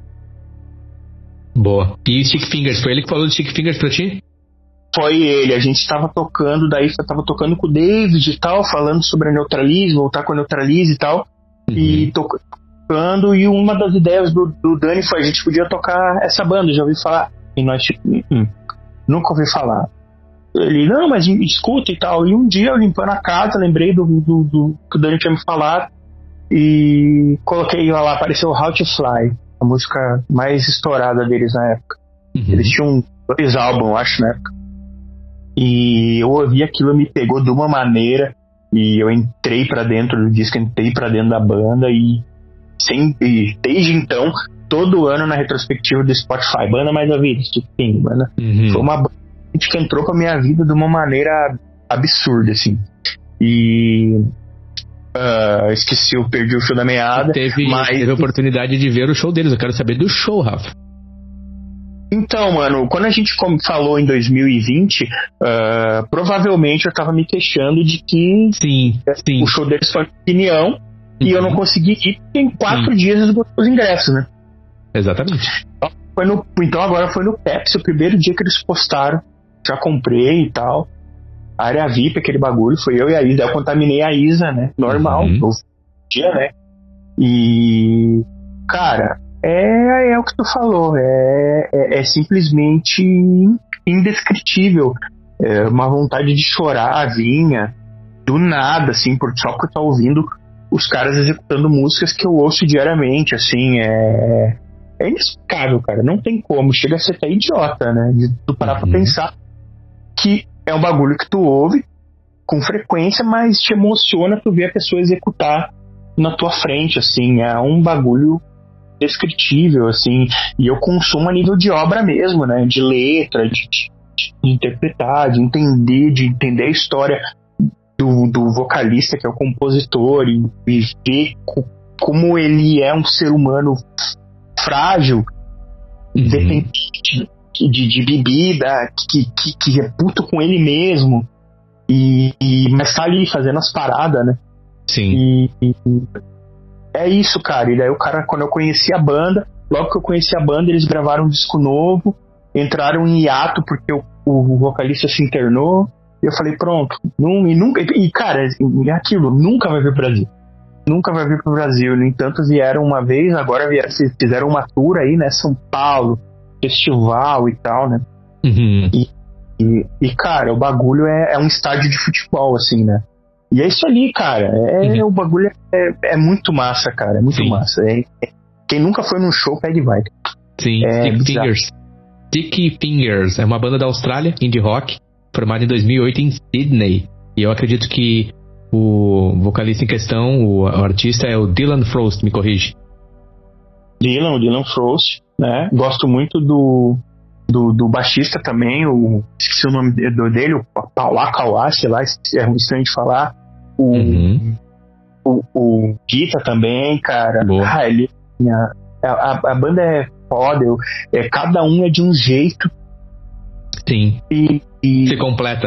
E o Stick Fingers, foi ele que falou do Stick Fingers pra ti? Foi ele, a gente tava tocando, daí eu tava tocando com o David e tal, falando sobre a Neutralize, voltar com a Neutralize e tal, e tocando, e uma das ideias do Dani foi, a gente podia tocar essa banda, já ouvi falar, e nós tipo, nunca ouvi falar. Ele, não, mas escuta e tal, e um dia eu limpando a casa, lembrei do que o Dani tinha me falado, e coloquei lá, apareceu How to Fly, a música mais estourada deles na época. Eles tinham 2 álbuns, eu acho, na época. E eu ouvi aquilo, me pegou de uma maneira, e eu entrei pra dentro do disco, entrei pra dentro da banda, e desde então, todo ano na retrospectiva do Spotify, banda mais ouvida, enfim, banda. Foi uma banda que entrou pra minha vida de uma maneira absurda, assim. E esqueci, eu perdi o show da meada. Teve a oportunidade de ver o show deles. Eu quero saber do show, Rafa. Então, mano, quando a gente falou em 2020, provavelmente eu tava me queixando de que o show deles foi uma opinião e eu não consegui ir porque em 4 dias esgotou os ingressos, né? Exatamente. Então agora foi no Pepsi, o primeiro dia que eles postaram, já comprei e tal. Área VIP, aquele bagulho, foi eu e a Isa. Eu contaminei a Isa, né? Normal, no dia, né? E, cara, é o que tu falou. É simplesmente indescritível. É uma vontade de chorar vinha do nada, assim, só por estar ouvindo os caras executando músicas que eu ouço diariamente, assim. É inexplicável, cara. Não tem como. Chega a ser até idiota, né? De tu parar pra pensar que é um bagulho que tu ouve com frequência, mas te emociona tu ver a pessoa executar na tua frente, assim. É um bagulho descritível, assim. E eu consumo a nível de obra mesmo, né? De letra, de interpretar, de entender a história do vocalista, que é o compositor, e ver como ele é um ser humano frágil, dependente de bebida, que é puto com ele mesmo, mas tá ali fazendo as paradas, né? Sim. E é isso, cara. E daí o cara, quando eu conheci a banda, logo que eu conheci a banda, eles gravaram um disco novo, entraram em hiato porque o vocalista se internou. E eu falei, pronto. Cara, é aquilo, nunca vai vir pro Brasil. Nunca vai vir pro Brasil. No entanto, vieram uma vez, agora fizeram uma tour aí, né? São Paulo, festival e tal, né? Uhum. E cara, o bagulho é um estádio de futebol, assim, né? E é isso ali, cara. O bagulho é muito massa, cara. É muito massa. Quem nunca foi num show, pega e vai. Sim, Sticky Fingers é uma banda da Austrália, indie rock, formada em 2008 em Sydney. E eu acredito que o vocalista em questão, o artista, é o Dylan Frost, me corrige. Dylan Frost, né? Gosto muito do baixista também, esqueci o nome dele, o Paula Kauá, sei lá, é um estranho de falar. O Guita também, cara. A banda é foda, cada um é de um jeito. Sim. E se completa.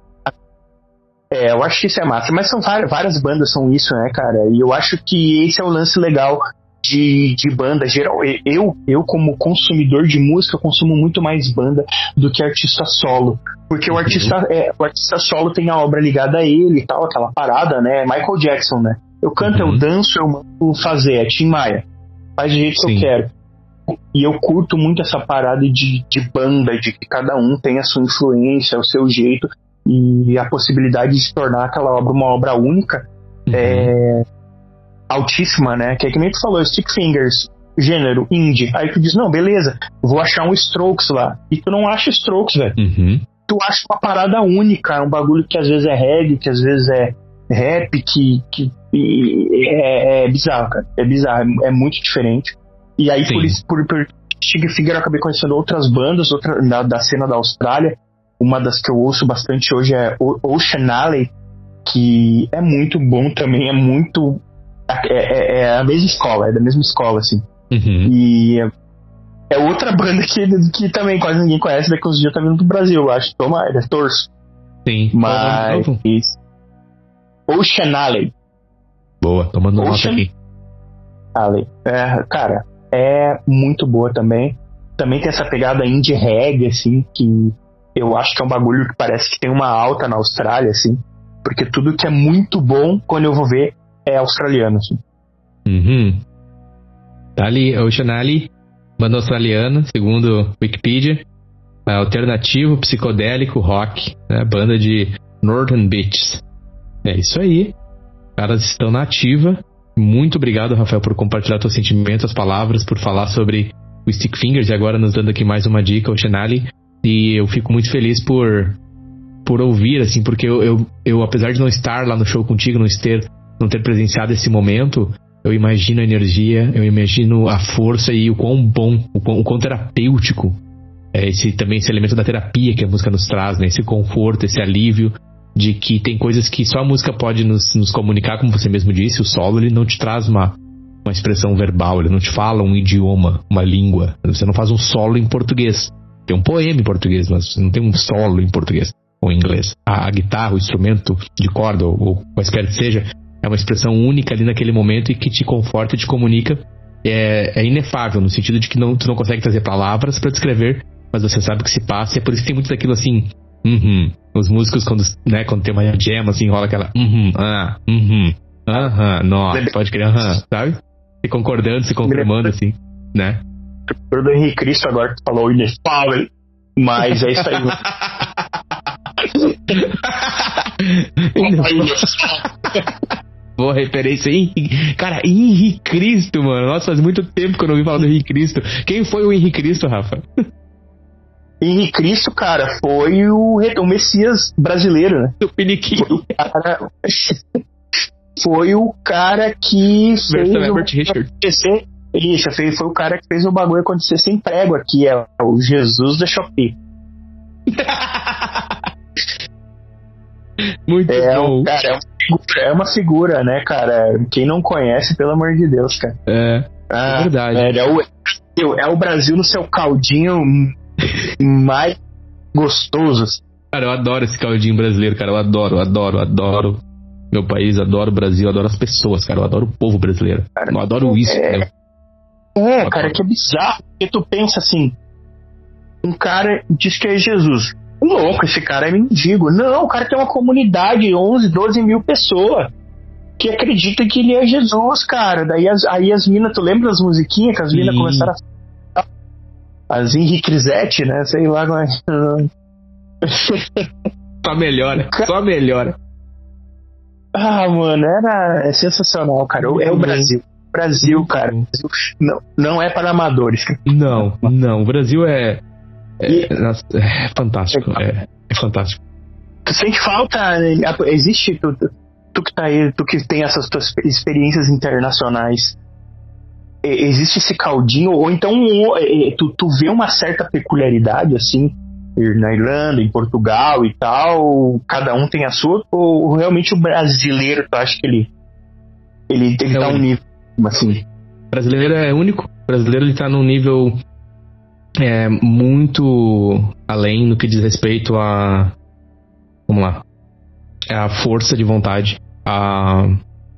Eu acho que isso é massa, mas são várias bandas são isso, né, cara? E eu acho que esse é o lance legal de banda geral. Eu como consumidor de música, consumo muito mais banda do que artista solo, porque o artista solo tem a obra ligada a ele e tal, aquela parada, né? Michael Jackson, né? Eu canto, eu danço, eu mando fazer, é Tim Maia, faz do jeito que eu quero. E eu curto muito essa parada de banda, de que cada um tem a sua influência, o seu jeito, e a possibilidade de se tornar aquela obra uma obra única é altíssima, né? Que é que nem tu falou, Stick Fingers, gênero indie. Aí tu diz, não, beleza, vou achar um Strokes lá. E tu não acha Strokes, velho. Tu acha uma parada única, um bagulho que às vezes é reggae, que às vezes é rap, que é bizarro, cara. É bizarro, é muito diferente. E aí por Stick Fingers eu acabei conhecendo outras bandas da cena da Austrália. Uma das que eu ouço bastante hoje é Ocean Alley, que é muito bom também, é a mesma escola, é da mesma escola, assim. E é outra banda que também quase ninguém conhece, daqui uns dias tá vindo pro Brasil, eu acho. Tomara, torço. Sim. Mas Ocean Alley. Boa, tomando nota aqui. Alley. Cara, é muito boa também. Também tem essa pegada indie reggae, assim, que eu acho que é um bagulho que parece que tem uma alta na Austrália, assim. Porque tudo que é muito bom, quando eu vou ver, é australiano, assim. Tá ali, Ocean Alley, banda australiana, segundo Wikipedia, alternativo, psicodélico, rock, né? Banda de Northern Beaches. É isso aí. Caras estão na ativa. Muito obrigado, Rafael, por compartilhar teus sentimentos, as palavras, por falar sobre o Stick Fingers e agora nos dando aqui mais uma dica, Ocean Alley. E eu fico muito feliz por ouvir, assim, porque eu apesar de não estar lá no show contigo, não ter presenciado esse momento, eu imagino a energia, eu imagino a força e o quão bom, o quão terapêutico é esse elemento da terapia que a música nos traz, né? Esse conforto, esse alívio de que tem coisas que só a música pode nos comunicar, como você mesmo disse. O solo, ele não te traz uma expressão verbal, ele não te fala um idioma, uma língua. Você não faz um solo em português. Tem um poema em português, mas você não tem um solo em português ou em inglês. A guitarra, o instrumento de corda ou quaisquer que seja, é uma expressão única ali naquele momento e que te conforta e te comunica. É inefável, no sentido de que tu não consegue trazer palavras para descrever, mas você sabe o que se passa. E é por isso que tem muito daquilo assim. Os músicos, quando tem uma jam, assim, rola aquela nossa, pode criar, sabe? Se concordando, se confirmando, assim, né? Do Henrique Cristo agora que tu falou inefável, mas é isso aí. Boa referência aí. Cara, Henrique Cristo, mano. Nossa, faz muito tempo que eu não ouvi falar do Henrique Cristo. Quem foi o Henrique Cristo, Rafa? Henrique Cristo, cara, foi o Messias brasileiro, né? O Piniquim. Foi o cara que fez acontecer. Isso, foi o cara que fez o bagulho acontecer sem prego aqui, é o Jesus da Shopee. Muito bom. Cara, é uma figura, né, cara? Quem não conhece, pelo amor de Deus, cara. É verdade. É o Brasil no seu caldinho mais gostoso. Cara, eu adoro esse caldinho brasileiro, cara. Eu adoro. meu país, adoro o Brasil, adoro as pessoas, cara. Eu adoro o povo brasileiro. Cara, eu adoro isso. Cara, que é bizarro. Porque tu pensa assim, um cara diz que é Jesus. Louco, esse cara é mendigo. Não, o cara tem uma comunidade de 11, 12 mil pessoas que acredita que ele é Jesus, cara. Daí aí as minas, tu lembra das musiquinhas que as minas começaram a... As Henrique Crisetti, né? Sei lá como é. Só melhora. Ah, mano, é sensacional, cara. É o Brasil. Brasil, cara. Não é para amadores. Não. O Brasil é fantástico. É fantástico. Tu sente falta? Existe tu que tá aí, tu que tem essas tuas experiências internacionais. Existe esse caldinho? Ou então tu vê uma certa peculiaridade assim na Irlanda, em Portugal e tal? Cada um tem a sua? Ou realmente o brasileiro, tu acha que ele tá um nível assim? O brasileiro é único. O brasileiro ele tá num nível muito além no que diz respeito a... Vamos lá. A força de vontade. A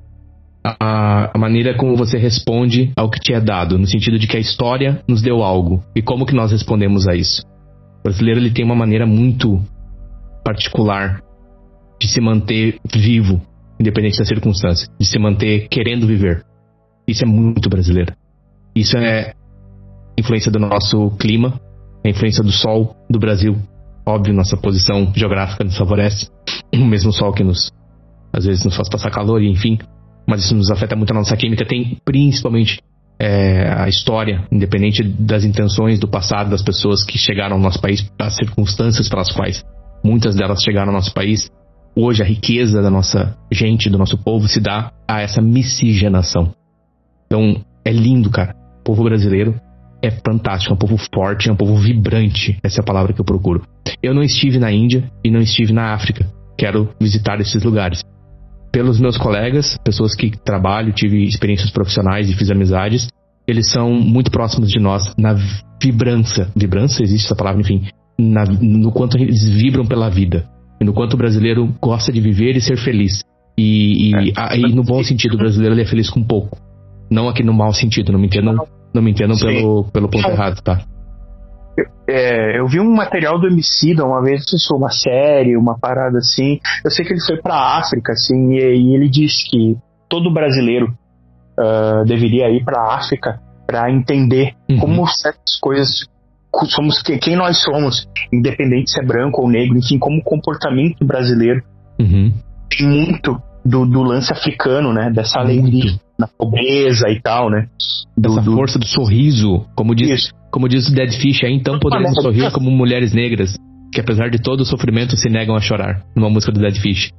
maneira como você responde ao que te é dado. No sentido de que a história nos deu algo. E como que nós respondemos a isso? O brasileiro ele tem uma maneira muito particular de se manter vivo, independente da circunstância. De se manter querendo viver. Isso é muito brasileiro. Isso é influência do nosso clima, a influência do sol do Brasil. Óbvio, nossa posição geográfica nos favorece. O mesmo sol que às vezes nos faz passar calor, enfim. Mas isso nos afeta muito a nossa química. Tem principalmente a história, independente das intenções do passado das pessoas que chegaram ao nosso país, as circunstâncias pelas quais muitas delas chegaram ao nosso país. Hoje a riqueza da nossa gente, do nosso povo, se dá a essa miscigenação. Então é lindo, cara. O povo brasileiro é fantástico, é um povo forte, é um povo vibrante. Essa é a palavra que eu procuro. Eu não estive na Índia e não estive na África. Quero visitar esses lugares. Pelos meus colegas, pessoas que trabalho, tive experiências profissionais e fiz amizades, eles são muito próximos de nós na vibrância. Vibrância, existe essa palavra, enfim. No quanto eles vibram pela vida. E no quanto o brasileiro gosta de viver e ser feliz. E no bom sentido, o brasileiro ele é feliz com pouco. Não aqui no mau sentido, não me entendam pelo ponto errado, tá? Eu vi um material do Emicida uma vez, não sei se foi uma série, uma parada assim. Eu sei que ele foi pra África, assim, e ele disse que todo brasileiro deveria ir pra África pra entender como certas coisas somos, quem nós somos, independente se é branco ou negro, enfim, como o comportamento brasileiro tem muito do lance africano, né? Dessa alegria na pobreza e tal, né? Dessa força do sorriso, como diz o Dead Fish, então podemos sorrir como mulheres negras, que apesar de todo o sofrimento se negam a chorar, numa música do Dead Fish.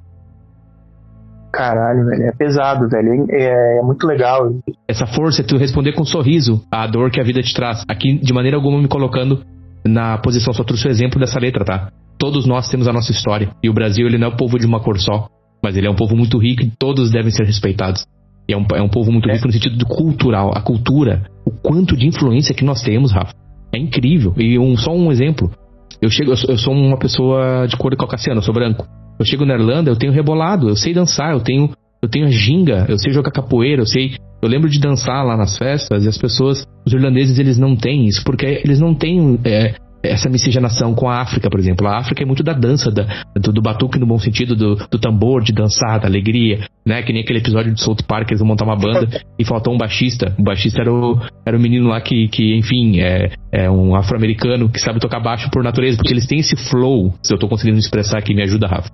Caralho, velho, é pesado, velho, é muito legal. Essa força é tu responder com um sorriso à dor que a vida te traz. Aqui, de maneira alguma, me colocando na posição, só trouxe o exemplo dessa letra, tá? Todos nós temos a nossa história, e o Brasil, ele não é o povo de uma cor só, mas ele é um povo muito rico e todos devem ser respeitados. E é um povo muito rico no sentido do cultural, a cultura, o quanto de influência que nós temos, Rafa. É incrível. E só um exemplo. Eu sou uma pessoa de cor caucasiana, eu sou branco. Eu chego na Irlanda, eu tenho rebolado, eu sei dançar, eu tenho a ginga, eu sei jogar capoeira, eu lembro de dançar lá nas festas, e as pessoas, os irlandeses, eles não têm isso, porque eles não têm essa miscigenação com a África, por exemplo. A África é muito da dança, do batuque no bom sentido, do tambor, de dançar, da alegria, né? Que nem aquele episódio de South Park, eles vão montar uma banda e faltou um baixista. O baixista era o menino lá que enfim, é um afro-americano que sabe tocar baixo por natureza, porque eles têm esse flow. Se eu tô conseguindo me expressar aqui, me ajuda, Rafa.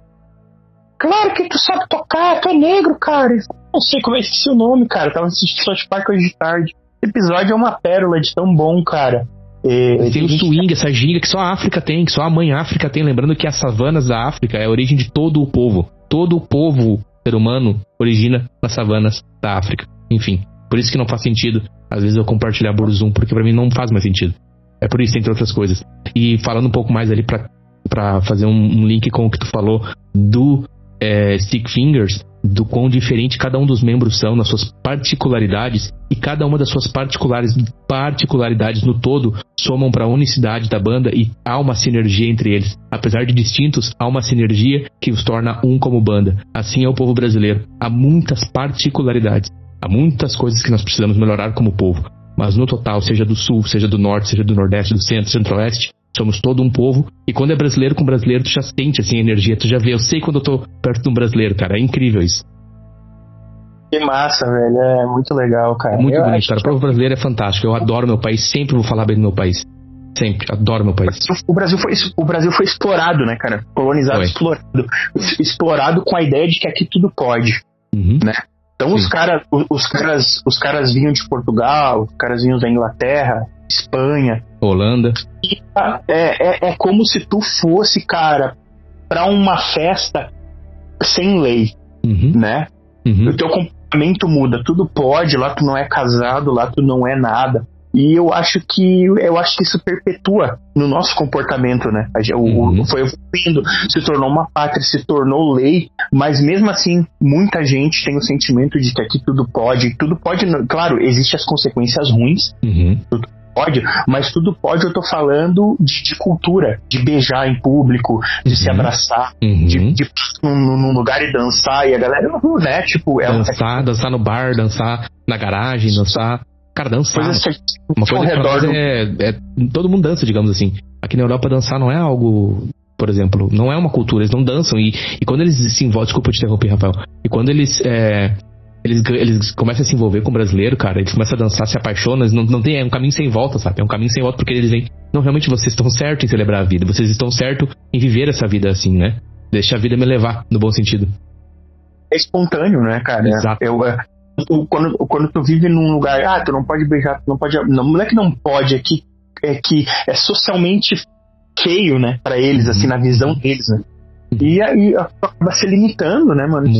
Claro que tu sabe tocar, tu é negro, cara. Não sei como é que esqueci o nome, cara. Eu tava assistindo South Park hoje de tarde. Esse episódio é uma pérola de tão bom, cara. Tem o swing, essa ginga que só a África tem, que só a mãe África tem. Lembrando que as savanas da África é a origem de todo o povo. Todo o povo ser humano origina nas savanas da África. Enfim, por isso que não faz sentido às vezes eu compartilhar Burzum, porque pra mim não faz mais sentido. É por isso, entre outras coisas. E falando um pouco mais ali pra fazer um link com o que tu falou do Stick Fingers, do quão diferente cada um dos membros são nas suas particularidades, e cada uma das suas particularidades no todo somam para a unicidade da banda, e há uma sinergia entre eles. Apesar de distintos, há uma sinergia que os torna um como banda. Assim é o povo brasileiro. Há muitas particularidades, há muitas coisas que nós precisamos melhorar como povo, mas no total, seja do sul, seja do norte, seja do nordeste, do centro, centro-oeste, somos todo um povo. E quando é brasileiro com brasileiro, tu já sente assim a energia, tu já vê. Eu sei quando eu tô perto de um brasileiro, cara, é incrível isso. Que massa, velho, é muito legal, cara. É muito bonito, cara. O povo brasileiro é fantástico. Eu adoro meu país, sempre vou falar bem do meu país. Sempre, adoro meu país. O Brasil foi explorado, né, cara? Colonizado, explorado com a ideia de que aqui tudo pode, né? Então os caras vinham de Portugal, os caras vinham da Inglaterra, Espanha, Holanda. E é como se tu fosse, cara, pra uma festa sem lei, né? O teu comportamento muda, tudo pode, lá tu não é casado, lá tu não é nada. E eu acho que isso perpetua no nosso comportamento, né? Foi evoluindo, se tornou uma pátria, se tornou lei, mas mesmo assim, muita gente tem o sentimento de que aqui tudo pode, claro, existem as consequências ruins, tudo pode, mas tudo pode, eu tô falando de cultura, de beijar em público, de se abraçar, de ir num lugar e dançar, e a galera, né, tipo... Dançar no bar, dançar na garagem, dançar... Cara, dançar. Uma coisa que pra nós todo mundo dança, digamos assim. Aqui na Europa dançar não é algo, por exemplo, não é uma cultura, eles não dançam. E quando eles se envolvem, desculpa te interromper, Rafael. E quando eles começam a se envolver com o brasileiro, cara, eles começam a dançar, se apaixonam, não tem, é um caminho sem volta, sabe? É um caminho sem volta porque eles veem, não, realmente vocês estão certos em celebrar a vida, vocês estão certos em viver essa vida assim, né? Deixa a vida me levar, no bom sentido. É espontâneo, né, cara? Exato. Quando tu vive num lugar, tu não pode beijar, tu não pode... Não é que não pode, é que é socialmente feio, né, pra eles, assim, na visão deles, né? E aí acaba se limitando, né, mano?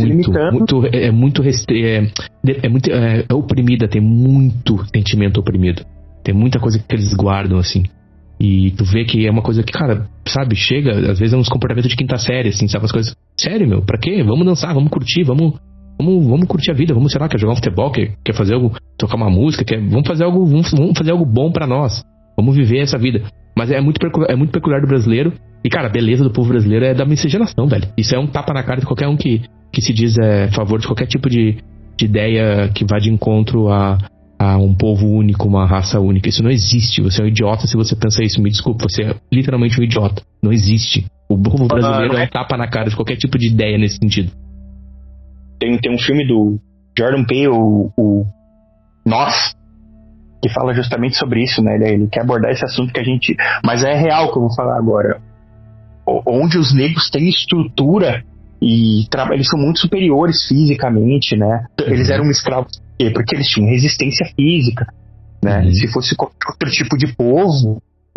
É oprimida, tem muito sentimento oprimido. Tem muita coisa que eles guardam, assim. E tu vê que é uma coisa que, cara, sabe, chega, às vezes é uns comportamentos de quinta série, assim, sabe, as coisas. Sério, meu, pra quê? Vamos dançar, vamos curtir, vamos curtir a vida, vamos, sei lá, quer jogar um futebol, quer fazer algo, tocar uma música, vamos fazer algo bom pra nós. Vamos viver essa vida. Mas é muito peculiar do brasileiro. E, cara, a beleza do povo brasileiro é da miscigenação, velho. Isso é um tapa na cara de qualquer um que se diz a favor de qualquer tipo de ideia que vá de encontro a um povo único, uma raça única. Isso não existe. Você é um idiota se você pensa isso. Me desculpa, você é literalmente um idiota. Não existe. O povo brasileiro é um tapa na cara de qualquer tipo de ideia nesse sentido. Tem um filme do Jordan Peele, o Nós, que fala justamente sobre isso, né? Ele quer abordar esse assunto que a gente... Mas é real que eu vou falar agora. Onde os negros têm estrutura e eles são muito superiores fisicamente, né? Eles eram escravos por quê? Porque eles tinham resistência física, né? Se fosse qualquer outro tipo de povo,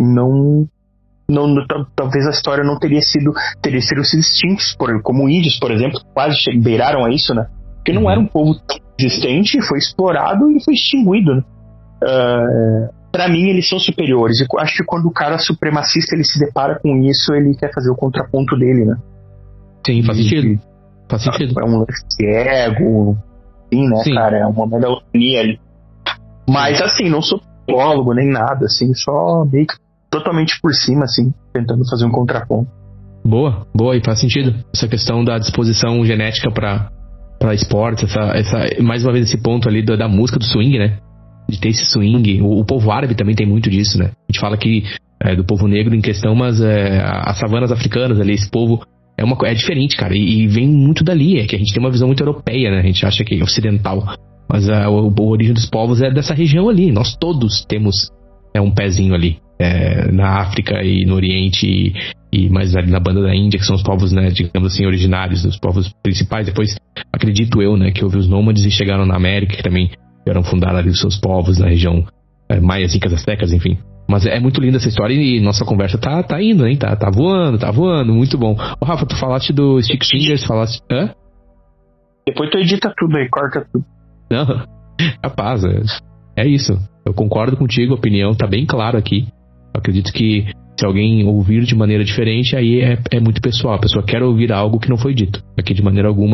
talvez a história não teria sido extintos, como índios, por exemplo, quase beiraram a isso, né? Porque não era um povo tão resistente, foi explorado e foi extinguido, né? Pra mim eles são superiores. Eu acho que quando o cara supremacista ele se depara com isso, ele quer fazer o contraponto dele, né? Sim, faz sentido. Faz sentido. É um lance ego, sim, né, sim. Cara? É uma megalofonia ali. Mas assim, não sou psicólogo nem nada, assim, só meio que totalmente por cima, assim, tentando fazer um contraponto. Boa, e faz sentido. Essa questão da disposição genética pra esportes, mais uma vez esse ponto ali da música, do swing, né? De ter esse swing. O povo árabe também tem muito disso, né? A gente fala aqui do povo negro em questão, mas as savanas africanas ali, esse povo é diferente, cara, e vem muito dali, é que a gente tem uma visão muito europeia, né? A gente acha que é ocidental, mas a origem dos povos é dessa região ali. Nós todos temos um pezinho ali, na África e no Oriente e mais ali na banda da Índia, que são os povos, né, digamos assim, originários, os povos principais. Depois, acredito eu, né, que houve os nômades e chegaram na América, que também vieram fundar ali os seus povos na região maias, incas, aztecas, enfim. Mas é muito linda essa história e nossa conversa tá indo, hein? Tá voando, muito bom. Ô, Rafa, tu falaste do Stick Fingers, falaste... Hã? Depois tu edita tudo aí, corta tudo. Não, rapaz, é isso. Eu concordo contigo, a opinião tá bem clara aqui. Eu acredito que se alguém ouvir de maneira diferente, aí é muito pessoal. A pessoa quer ouvir algo que não foi dito. Aqui, de maneira alguma,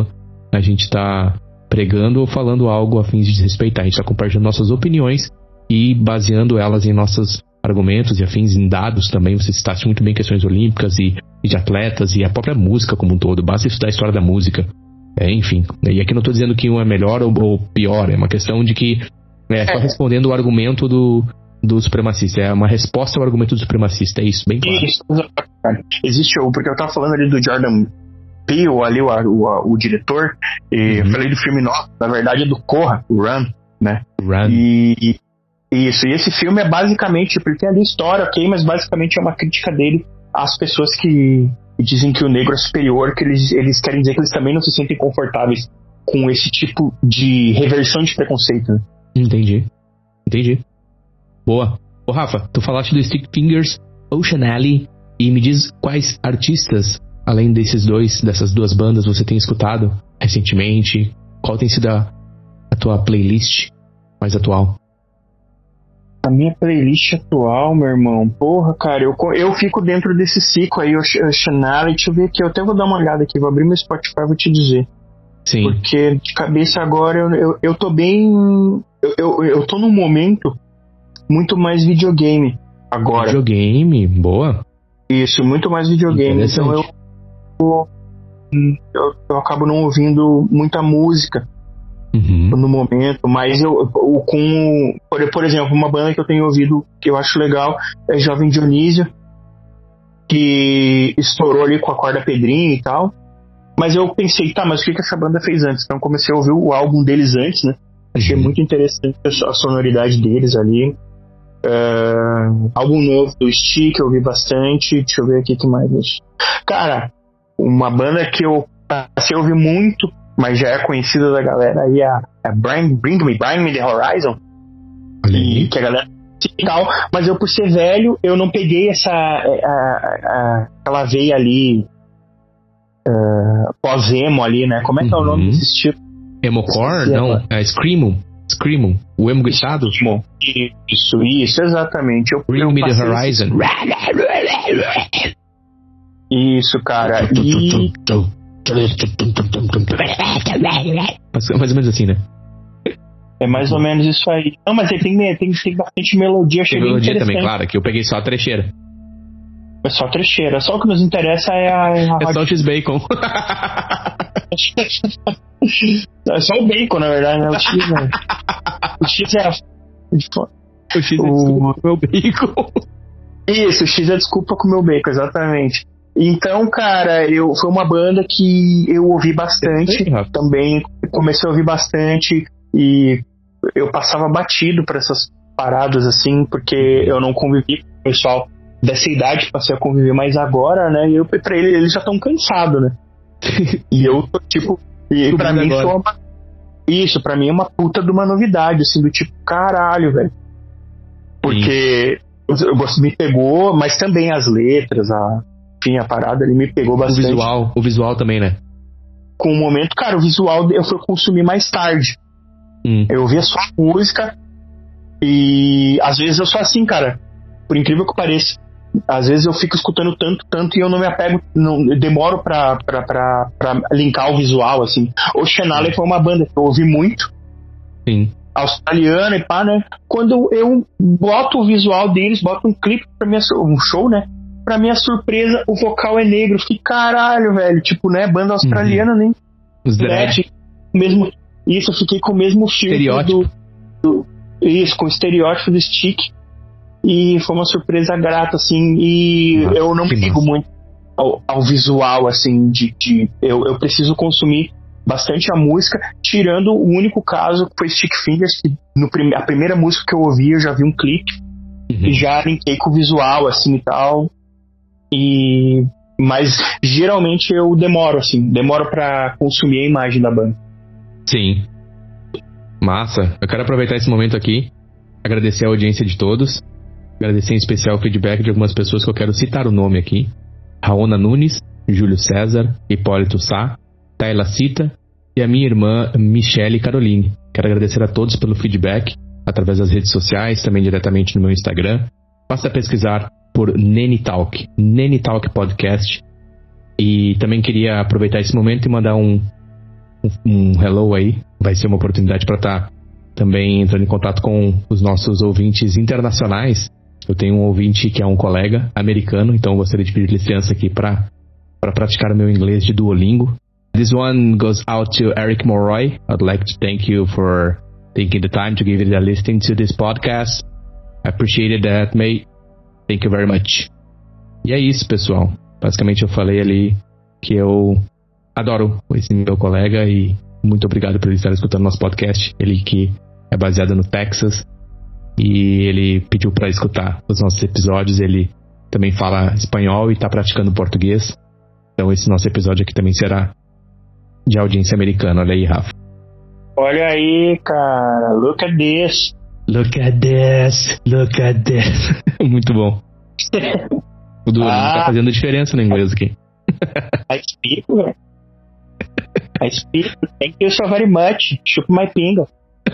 a gente tá pregando ou falando algo a fim de desrespeitar. A gente tá compartilhando nossas opiniões e baseando elas em nossos argumentos e afins, em dados também. Você citaste muito bem questões olímpicas e de atletas e a própria música como um todo. Basta estudar a história da música. Enfim, e aqui não tô dizendo que um é melhor ou pior, é uma questão de que só respondendo o argumento do supremacista. É uma resposta ao argumento do supremacista, é isso, bem claro. Isso, existe, porque eu tava falando ali do Jordan Peele, ali o diretor, e eu falei do filme nosso, na verdade é do Corra, o Run, né? Run. E esse filme é basicamente, porque tem ali história, ok, mas basicamente é uma crítica dele às pessoas que dizem que o negro é superior, que eles querem dizer que eles também não se sentem confortáveis com esse tipo de reversão de preconceito, né? Entendi. Boa. Ô Rafa, tu falaste do Stick Fingers, Ocean Alley, e me diz quais artistas, além dessas duas bandas, você tem escutado recentemente? Qual tem sido a tua playlist mais atual? A minha playlist atual, meu irmão, porra, cara, eu fico dentro desse ciclo aí, Ocean Alley, deixa eu ver aqui, eu até vou dar uma olhada aqui, vou abrir meu Spotify e vou te dizer. Sim. Porque de cabeça agora eu tô bem. Eu tô num momento muito mais videogame agora. Videogame, boa. Isso, muito mais videogame. Então eu acabo não ouvindo muita música no momento, mas por exemplo, uma banda que eu tenho ouvido que eu acho legal é Jovem Dionísio, que estourou ali com a Corda Pedrinha e tal. Mas eu pensei, mas o que essa banda fez antes? Então comecei a ouvir o álbum deles antes, né? Achei muito interessante a sonoridade deles ali. Álbum novo do Stick, eu ouvi bastante. Deixa eu ver aqui o que mais. Cara, uma banda que eu passei a ouvir muito, mas já é conhecida da galera aí, é Bring Me The Horizon. Que a galera e tal, mas eu por ser velho, eu não peguei aquela veia ali pós-emo ali, né? Como é que é o nome desse estilo? Emocore? Não, é Screamo, o emo gritado? Isso, exatamente. Bring Me The Horizon. Isso, cara. Mais ou menos assim, né? É mais ou menos isso aí. Não, mas ele tem bastante melodia. Tem melodia também, claro, que eu peguei só a trecheira. É só trecheira. Só o que nos interessa é só o X-Bacon. É só o bacon, na verdade, né? O X, né? O X é desculpa com o meu bacon. Isso, o X é desculpa com o meu bacon, exatamente. Então, cara, foi uma banda que eu ouvi bastante. Também comecei a ouvir bastante. E eu passava batido pra essas paradas, assim, porque eu não convivi com o pessoal dessa idade, passei a conviver mais agora, né? E pra eles já estão cansados, né? E eu tô tipo. E pra mim foi uma. Isso, pra mim é uma puta de uma novidade, assim, do tipo, caralho, velho. Porque me pegou, mas também as letras, enfim, a parada ali me pegou bastante. O visual também, né? Com o momento, cara, o visual eu fui consumir mais tarde. Eu ouvia só a música e às vezes eu sou assim, cara, por incrível que pareça. Às vezes eu fico escutando tanto e eu não me apego, eu demoro pra linkar o visual, assim. Ocean Alley foi uma banda que eu ouvi muito. Sim. Australiana e pá, né? Quando eu boto o visual deles, boto um clipe um show, né? Pra minha surpresa, o vocal é negro. Eu fiquei, caralho, velho. Tipo, né? Banda australiana, nem. Os dread. Mesmo. Isso, eu fiquei com o mesmo filtro isso, com o estereótipo do Stick. E foi uma surpresa grata, assim. E eu não me ligo muito ao visual, assim. Eu preciso consumir bastante a música, tirando o único caso que foi Stick Fingers, que a primeira música que eu ouvi, eu já vi um clipe. E já linkei com o visual, assim, e tal. Mas geralmente eu demoro pra consumir a imagem da banda. Sim. Massa. Eu quero aproveitar esse momento aqui, agradecer a audiência de todos, agradecer em especial o feedback de algumas pessoas que eu quero citar o nome aqui: Raona Nunes, Júlio César, Hipólito Sá, Tayla Cita e a minha irmã Michele Caroline. Quero agradecer a todos pelo feedback através das redes sociais, também diretamente no meu Instagram. Basta pesquisar por Nene Talk Podcast. E também queria aproveitar esse momento e mandar um um hello aí. Vai ser uma oportunidade para estar também entrando em contato com os nossos ouvintes internacionais. Eu tenho um ouvinte que é um colega americano, então eu gostaria de pedir licença aqui para praticar o meu inglês de Duolingo. This one goes out to Eric Morroy. I'd like to thank you for taking the time to give it a listening to this podcast. I appreciate that, mate. Thank you very much. E é isso, pessoal. Basicamente eu falei ali que eu adoro esse meu colega e muito obrigado por ele estar escutando nosso podcast. Ele que é baseado no Texas e ele pediu para escutar os nossos episódios. Ele também fala espanhol e está praticando português. Então esse nosso episódio aqui também será de audiência americana. Olha aí, Rafa. Olha aí, cara. Look at this. Look at this. Look at this. Muito bom. O Duolingo tá fazendo diferença no inglês aqui. I speak, velho. I speak. Thank you so very much. Chupa my pinga.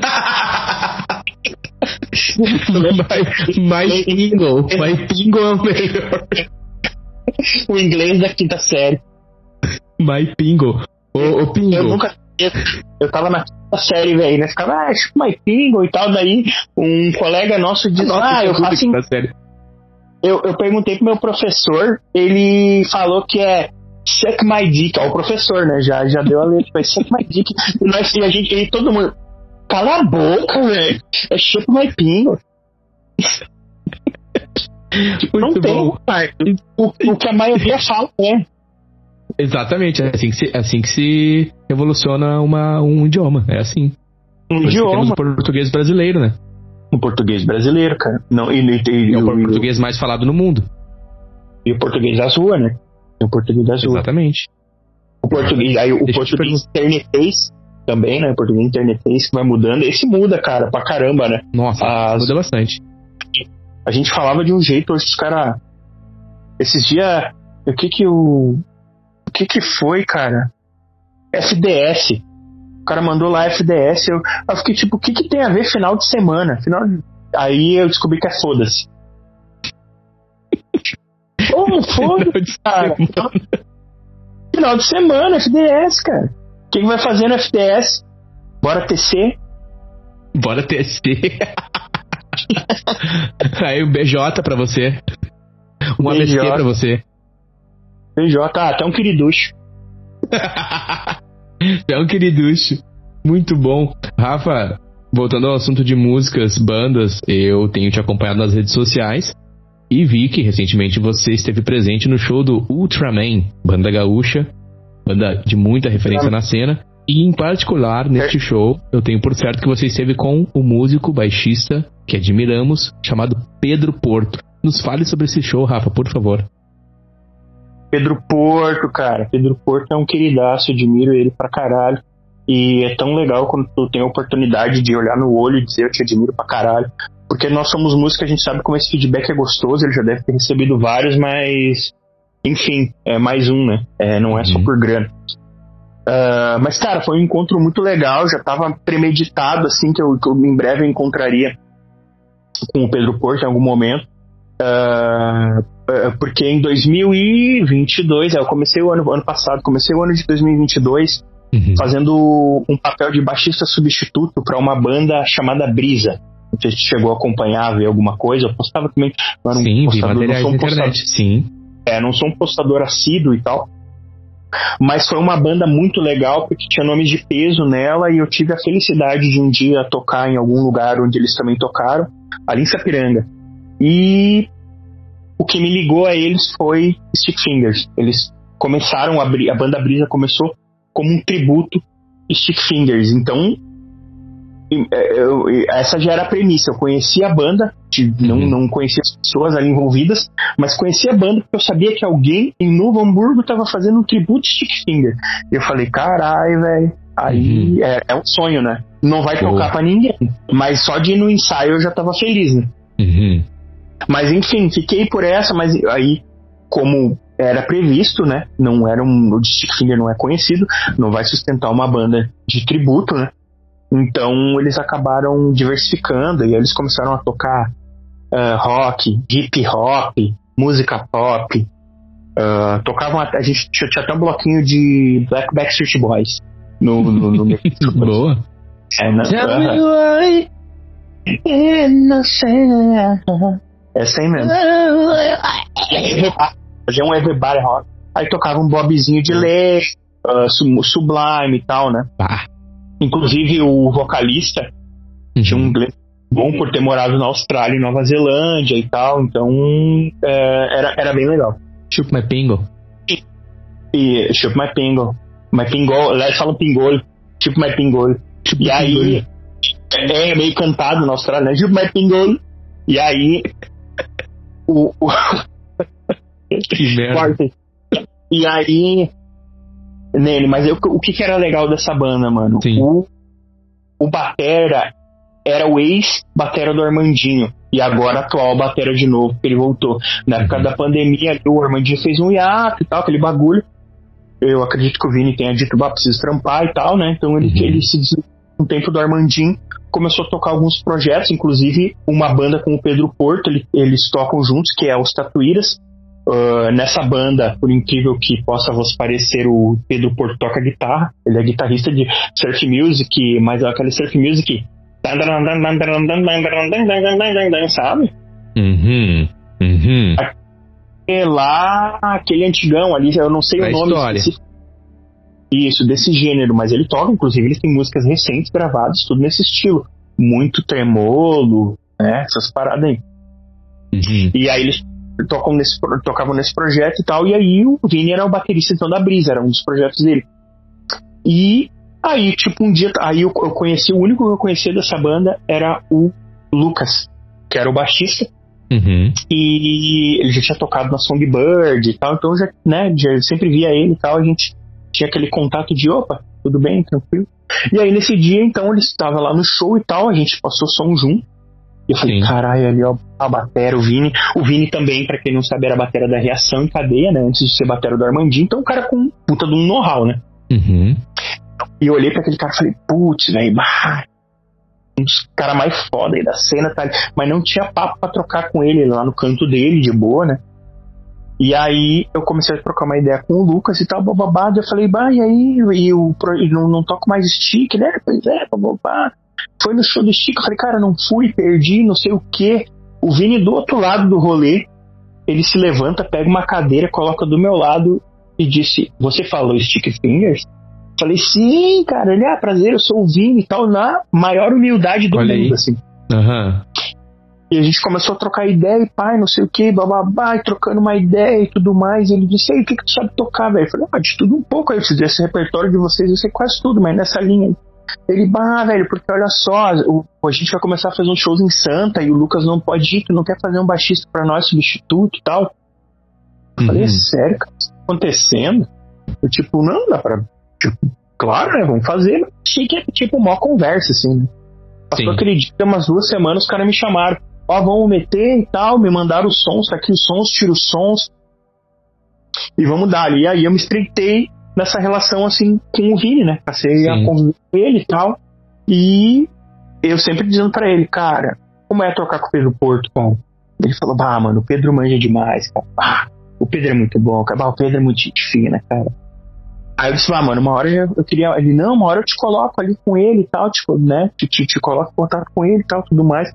My pingo. My pingo é o melhor. O inglês da quinta série. My pingo. O pingo. Eu nunca... Eu tava na quinta série, velho, né? Ficava, chupa my pingo e tal. Daí um colega nosso disse, eu faço... Eu perguntei pro meu professor, ele falou que é suck my dick, ó, o professor, né, já deu a letra, foi suck my dick, e todo mundo, cala a boca, velho, é chupa my pingo. Não tem, pai, o que a maioria fala, né? Exatamente, é assim que se evoluciona um idioma, é assim. Temos o português brasileiro, né? O português brasileiro, cara. Não, é o português mais falado no mundo. E o português das ruas, né? O português das ruas. Exatamente. O português, aí o português internetês também, né? O português internetês que vai mudando. Esse muda, cara, pra caramba, né? Nossa, muda bastante. A gente falava de um jeito, hoje os caras... Esses dias... O que foi, cara? FDS. O cara mandou lá FDS, eu fiquei tipo, o que tem a ver final de semana? Aí eu descobri que é foda-se. Foda-se, cara. Final de semana, FDS, cara. O que vai fazer no FDS? Bora TC? Bora TC. Aí o BJ pra você. Um ABC pra você. BJ, até um queriducho. É um queriducho. Muito bom. Rafa, voltando ao assunto de músicas, bandas, eu tenho te acompanhado nas redes sociais e vi que recentemente você esteve presente no show do Ultraman, banda gaúcha, banda de muita referência na cena, e em particular neste show eu tenho por certo que você esteve com o músico baixista que admiramos, chamado Pedro Porto. Nos fale sobre esse show, Rafa, por favor. Pedro Porto, cara. Pedro Porto é um queridaço, admiro ele pra caralho. E é tão legal quando tu tem a oportunidade de olhar no olho e dizer eu te admiro pra caralho. Porque nós somos músicos, a gente sabe como esse feedback é gostoso, ele já deve ter recebido vários, mas... Enfim, é mais um, né? Não é só por grana. Mas, cara, foi um encontro muito legal, já tava premeditado, assim, que eu em breve eu encontraria com o Pedro Porto em algum momento. Porque em 2022, eu comecei o ano passado, comecei o ano de 2022 fazendo um papel de baixista substituto para uma banda chamada Brisa. Não sei se chegou a acompanhar, ver alguma coisa. Eu postava também. Sim, vi materiais na internet, sim. Não sou um postador assíduo e tal, mas foi uma banda muito legal porque tinha nomes de peso nela e eu tive a felicidade de um dia tocar em algum lugar onde eles também tocaram, ali em Sapiranga. E o que me ligou a eles foi Stick Fingers. Eles começaram a banda Brisa começou como um tributo Stick Fingers. Então essa já era a premissa. Eu conhecia a banda, não conhecia as pessoas ali envolvidas, mas conhecia a banda porque eu sabia que alguém em Novo Hamburgo estava fazendo um tributo Stick Finger. E eu falei, caralho, velho, aí é um sonho, né? Não vai tocar pra ninguém, mas só de ir no ensaio eu já tava feliz, né? Mas enfim, fiquei por essa, mas aí, como era previsto, né? O Stick Finger não é conhecido, não vai sustentar uma banda de tributo, né? Então eles acabaram diversificando e eles começaram a tocar rock, hip hop, música pop. Tocavam, a gente tinha até um bloquinho de Black Backstreet Boys. no Boa. Essa aí mesmo. Fazia um Everybody Rock. Aí tocava um Bobzinho de Lei, Sublime e tal, né? Inclusive o vocalista tinha um inglês bom por ter morado na Austrália e Nova Zelândia e tal, então era bem legal. Chup my pingo. E Chup my pingo. My pingol, lá eles falam pingol. Chup my pingol. E aí é meio cantado na Austrália, né? Chup my pingol. E aí que merda. E aí nele, mas o que era legal dessa banda, mano? Sim. O batera era o ex-batera do Armandinho. E agora atual batera de novo, porque ele voltou. Na época da pandemia, o Armandinho fez um hiato e tal, aquele bagulho. Eu acredito que o Vini tenha dito, preciso trampar e tal, né? Então ele se desligou um tempo do Armandinho, começou a tocar alguns projetos, inclusive uma banda com o Pedro Porto, eles tocam juntos, que é os Tatuíras. Nessa banda, por incrível que possa vos parecer, o Pedro Porto toca guitarra. Ele é guitarrista de surf music, mas é aquele surf music, sabe? Lá, aquele antigão ali, eu não sei o nome específico. Isso, desse gênero, mas ele toca, inclusive ele tem músicas recentes gravadas, tudo nesse estilo, muito tremolo, né, essas paradas aí. E aí eles tocavam nesse projeto e tal, e aí o Vini era o baterista então da Brisa, era um dos projetos dele. E aí, tipo, um dia, aí eu conheci, o único que eu conhecia dessa banda era o Lucas, que era o baixista. E ele já tinha tocado na Songbird e tal, então eu sempre via ele e tal, a gente tinha aquele contato de opa, tudo bem, tranquilo. E aí nesse dia, então, ele estava lá no show e tal, a gente passou som junto. E eu falei, caralho, ali ó, a batera, o Vini. O Vini também, pra quem não sabe, era a batera da Reação em Cadeia, né, antes de ser batera do Armandinho, então o cara com puta de um know-how, né. E eu olhei pra aquele cara e falei, putz, velho, um dos caras mais foda aí da cena, tá? Mas não tinha papo pra trocar com ele lá no canto dele, de boa, né? E aí eu comecei a trocar uma ideia com o Lucas e tal, bababá, e eu falei, e aí? E não toco mais stick, né? Pois é, bababá. Foi no show do stick, eu falei, cara, não fui, perdi, não sei o quê. O Vini do outro lado do rolê, ele se levanta, pega uma cadeira, coloca do meu lado e disse, você falou Stick Fingers? Falei, sim, cara. Ele, prazer, eu sou o Vini e tal, na maior humildade do mundo, assim. E a gente começou a trocar ideia e pai, não sei o que, bababá, e trocando uma ideia e tudo mais. E ele disse, aí, o que tu sabe tocar, velho? Eu falei, de tudo um pouco. Aí eu fiz esse repertório de vocês, eu sei quase tudo, mas nessa linha. Ele, velho, porque olha só, a gente vai começar a fazer uns shows em Santa e o Lucas não pode ir, tu não quer fazer um baixista pra nós, substituto e tal. Eu falei, sério, cara, o que tá acontecendo? Eu, tipo, não dá pra... Tipo, claro, né? Vamos fazer. Mas achei que é tipo uma conversa, assim. Passou aquele dia, umas 2 semanas, os caras me chamaram. Vamos meter e tal. Me mandaram os sons, tá aqui os sons, tira os sons. E vamos dar ali. E aí eu me estreitei nessa relação, assim, com o Vini, né? Passei a conviver com ele e tal. E eu sempre dizendo pra ele, cara, como é trocar com o Pedro Porto, cara? Ele falou, mano, o Pedro manja demais, cara. O Pedro é muito bom, cara. O Pedro é muito gente fina, cara. Aí eu disse, mano, uma hora eu queria... Ele, não, uma hora eu te coloco ali com ele e tal, tipo, né? Te coloco em contato com ele e tal, tudo mais.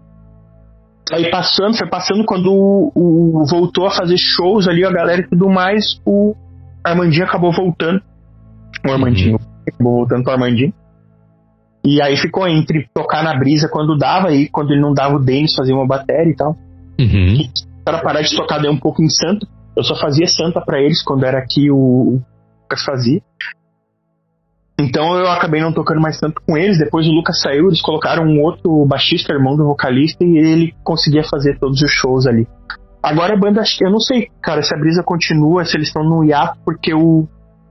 Aí foi passando quando voltou a fazer shows ali, a galera e tudo mais, o Armandinho acabou voltando. O Armandinho acabou voltando pro Armandinho. E aí ficou entre tocar na Brisa quando dava, e quando ele não dava, o Denis fazia uma bateria e tal. E para parar de tocar daí um pouco em Santa. Eu só fazia Santa pra eles quando era aqui o Lucas fazia. Então eu acabei não tocando mais tanto com eles. Depois o Lucas saiu, eles colocaram um outro baixista, irmão do vocalista, e ele conseguia fazer todos os shows ali. Agora a banda, eu não sei, cara, se a Brisa continua, se eles estão no hiato, porque o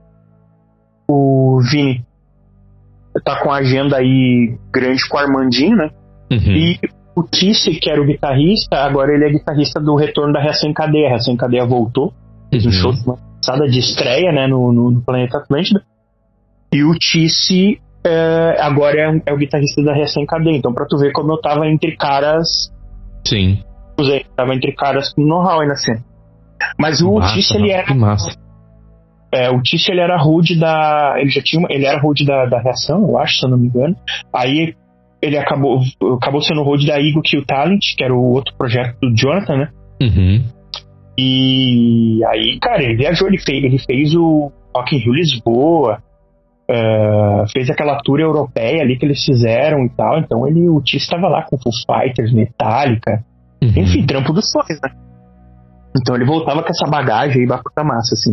Vini tá com a agenda aí grande com o Armandinho, né? E o Tisse, que era o guitarrista, agora ele é guitarrista do Retorno da Reação em Cadeia. A Reação em Cadeia voltou, fez um show de estreia, né, no Planeta Atlântida. E o Tisse agora é o guitarrista da Reação em Cadeia. Então, pra tu ver como eu tava entre caras. Sim. Tava entre caras com know-how aí na cena. Mas o Tisse, ele era. O Tício, ele era road da... Ele era road da Reação, eu acho, se eu não me engano. Aí ele acabou sendo road da Eagle Kill Talent, que era o outro projeto do Jonathan, né? Uhum. E aí, cara, ele viajou, ele fez o Rock in Rio Lisboa, fez aquela tour europeia ali que eles fizeram e tal. Então o Tício estava lá com Foo Fighters, Metallica, enfim, trampo dos sonhos, né? Então ele voltava com essa bagagem aí, bacana massa, assim.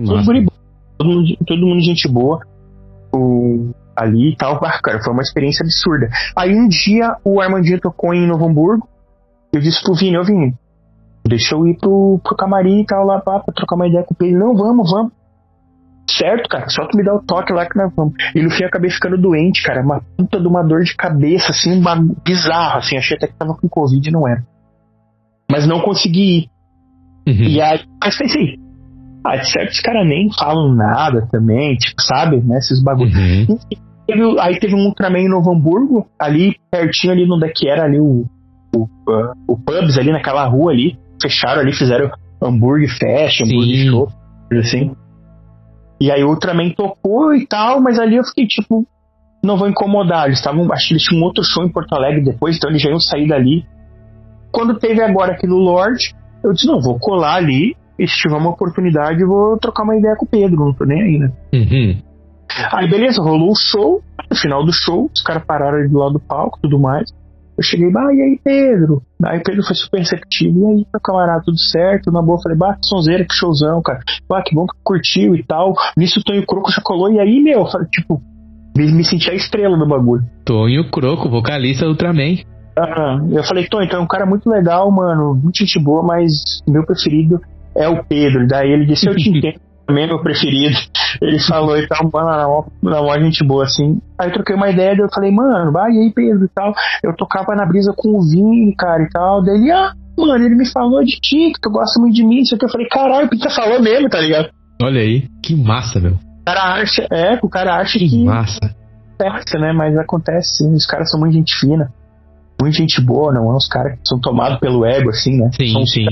Todo mundo gente boa ali e tal. Cara, foi uma experiência absurda. Aí um dia o Armandinho tocou em Novo Hamburgo. Eu disse pro Vini, Vini, deixa eu ir pro camarim e tal lá pra trocar uma ideia com o Pedro. Não, vamos. Certo, cara, só tu me dá o toque lá que nós vamos. E no fim eu acabei ficando doente, cara. Uma puta de uma dor de cabeça, assim, bizarra, assim. Achei até que tava com Covid e não era. Mas não consegui ir. E aí, mas pensei, certo, os caras nem falam nada também, tipo, sabe, né, esses bagulhos. Aí teve um Ultraman em Novo Hamburgo, ali pertinho, ali onde é que era ali o Pubs, ali naquela rua ali, fecharam ali, fizeram hambúrguer fest, hambúrguer show, assim. E aí o Ultraman tocou e tal, mas ali eu fiquei tipo, não vou incomodar, acho que eles tinham um outro show em Porto Alegre depois, então eles já iam sair dali. Quando teve agora aqui no Lorde, eu disse, não, vou colar ali, e se tiver uma oportunidade eu vou trocar uma ideia com o Pedro, não tô nem aí, né? Aí beleza, rolou o show, no final do show, os caras pararam ali do lado do palco e tudo mais. Eu cheguei, e aí Pedro? Aí o Pedro foi super receptivo, e aí meu camarada, tudo certo, na boa, eu falei, que sonzeira, que showzão, cara, que bom que curtiu e tal. Nisso o Tonho Croco já colou, e aí, meu, eu falei, tipo, me senti a estrela do bagulho. Tonho Croco, vocalista do Ultraman. Eu falei, Tonho, então é um cara muito legal, mano, muito gente boa, mas meu preferido é o Pedro. Daí ele disse, eu te entendo, também é meu preferido. Ele falou e tal, mano, na maior gente boa, assim. Aí eu troquei uma ideia, daí eu falei, mano, e aí Pedro e tal. Eu tocava na brisa com o Vini, cara, e tal. Daí ele, mano, ele me falou de ti, que tu gosta muito de mim, isso aqui. Eu falei, caralho, o Pita falou mesmo, tá ligado? Olha aí, que massa, meu. O cara acha que massa. Acontece, né, mas acontece sim, os caras são muito gente fina. Muita gente boa, não é uns caras que são tomados pelo ego, assim, né? Sim.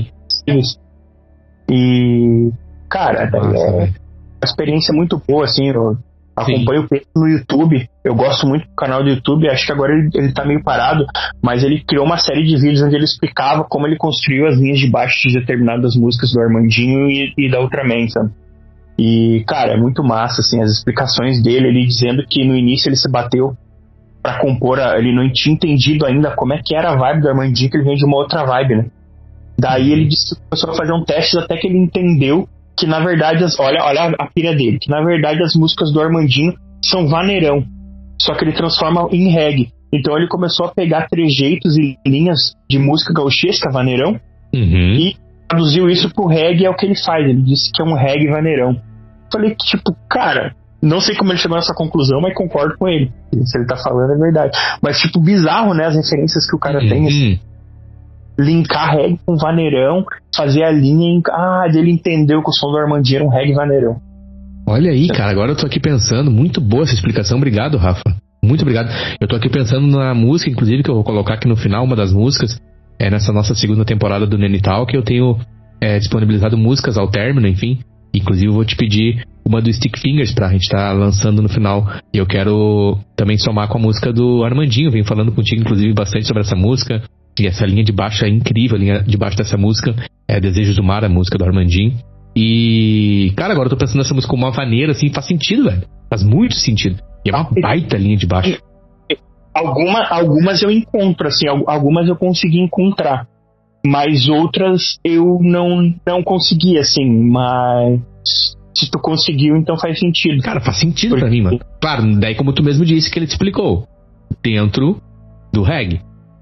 E, cara, é uma experiência muito boa, assim. Eu acompanho o Pedro no YouTube. Eu gosto muito do canal do YouTube. Acho que agora ele tá meio parado, mas ele criou uma série de vídeos onde ele explicava como ele construiu as linhas de baixo de determinadas músicas do Armandinho e da Ultraman, sabe? E, cara, é muito massa, assim, as explicações dele, ele dizendo que no início ele se bateu pra compor, ele não tinha entendido ainda como é que era a vibe do Armandinho, que ele vem de uma outra vibe, né? Daí ele disse que começou a fazer um teste até que ele entendeu que na verdade, olha a pilha dele, que na verdade as músicas do Armandinho são vaneirão, só que ele transforma em reggae. Então ele começou a pegar trejeitos e linhas de música gauchesca, vaneirão, e traduziu isso pro reggae, é o que ele faz, ele disse que é um reggae vaneirão. Falei, tipo, cara, não sei como ele chegou nessa conclusão, mas concordo com ele. Se ele tá falando é verdade. Mas, tipo, bizarro, né? As referências que o cara tem. Assim, linkar reggae com vaneirão, fazer a linha. Ele entendeu que o som do Armandinho era um reggae vaneirão. Olha aí, cara, agora eu tô aqui pensando. Muito boa essa explicação. Obrigado, Rafa. Muito obrigado. Eu tô aqui pensando na música, inclusive, que eu vou colocar aqui no final, uma das músicas. Nessa nossa segunda temporada do Nenital, que eu tenho disponibilizado músicas ao término, enfim. Inclusive eu vou te pedir uma do Stick Fingers pra gente tá lançando no final. E eu quero também somar com a música do Armandinho. Venho falando contigo, inclusive, bastante sobre essa música. E essa linha de baixo é incrível, a linha de baixo dessa música. É Desejos do Mar, a música do Armandinho. E, cara, agora eu tô pensando nessa música como uma vaneira, assim, faz sentido, velho. Faz muito sentido. E é uma baita linha de baixo. Algumas eu encontro, assim, algumas eu consegui encontrar. Mas outras eu não consegui, assim, mas se tu conseguiu, então faz sentido. Cara, faz sentido pra mim, mano. Claro, daí como tu mesmo disse que ele te explicou. Dentro do reggae.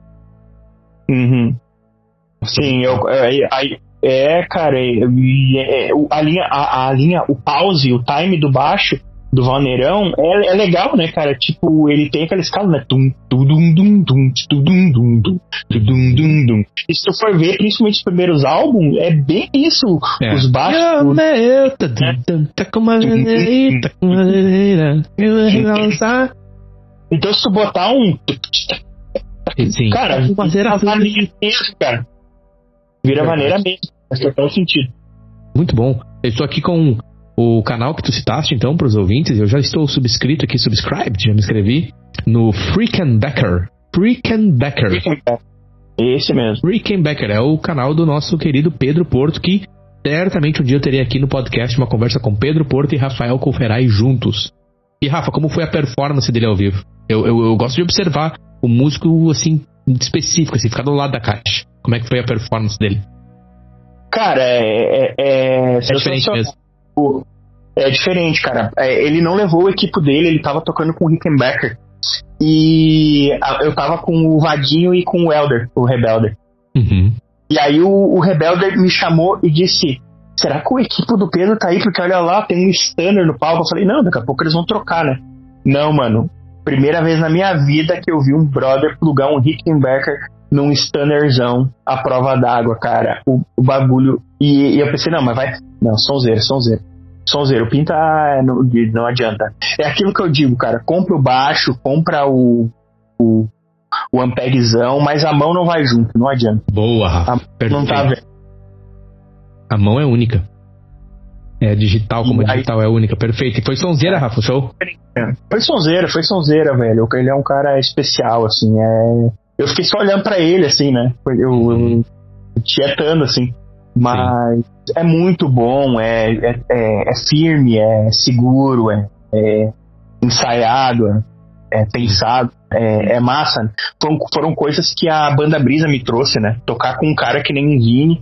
Sim, cara, a linha, o pause, o time do baixo do vaneirão é legal, né, cara? Tipo, ele tem aquela escala, né? E se tu for ver, principalmente os primeiros álbuns, é bem isso. Os baixos. Então, se tu botar um. Sim. Cara, vira vaneira mesmo, cara. Vira vaneira mesmo. Faz total sentido. Muito bom. Eu estou aqui com o canal que tu citaste, então, pros ouvintes, eu já estou subscrito aqui, subscribed, já me inscrevi no Frickenbacker. Esse mesmo. Frickenbacker é o canal do nosso querido Pedro Porto, que certamente um dia eu terei aqui no podcast uma conversa com Pedro Porto e Rafael Colferai juntos. E Rafa, como foi a performance dele ao vivo? Eu gosto de observar o músico, assim, específico, assim, ficar do lado da caixa. Como é que foi a performance dele? Cara, é diferente mesmo. É diferente, cara. Ele não levou o equipo dele, ele tava tocando com o Rickenbacker. E eu tava com o Vadinho e com o Elder, o Rebelder. Uhum. E aí o Rebelder me chamou e disse: será que o equipe do Pedro tá aí? Porque olha lá, tem um Stunner no palco. Eu falei: não, daqui a pouco eles vão trocar, né? Não, mano. Primeira vez na minha vida que eu vi um brother plugar um Rickenbacker num Stunnerzão à prova d'água, cara. O bagulho. E eu pensei: não, mas vai. Não, sonzeiro. O Pinta não adianta. É aquilo que eu digo, cara. Compra o baixo, compra o Ampegzão, mas a mão não vai junto, não adianta. Boa, Rafa. Não tá vendo. A mão é única. É digital, como digital é única. Perfeito. E foi sonzeira, Rafa, show? Foi sonzeira, velho. Ele é um cara especial, assim. Eu fiquei só olhando pra ele, assim, né? Eu tietando, assim. Mas é muito bom, é firme, é seguro, é ensaiado, é pensado, é massa. Foram coisas que a Banda Brisa me trouxe, né? Tocar com um cara que nem o Vini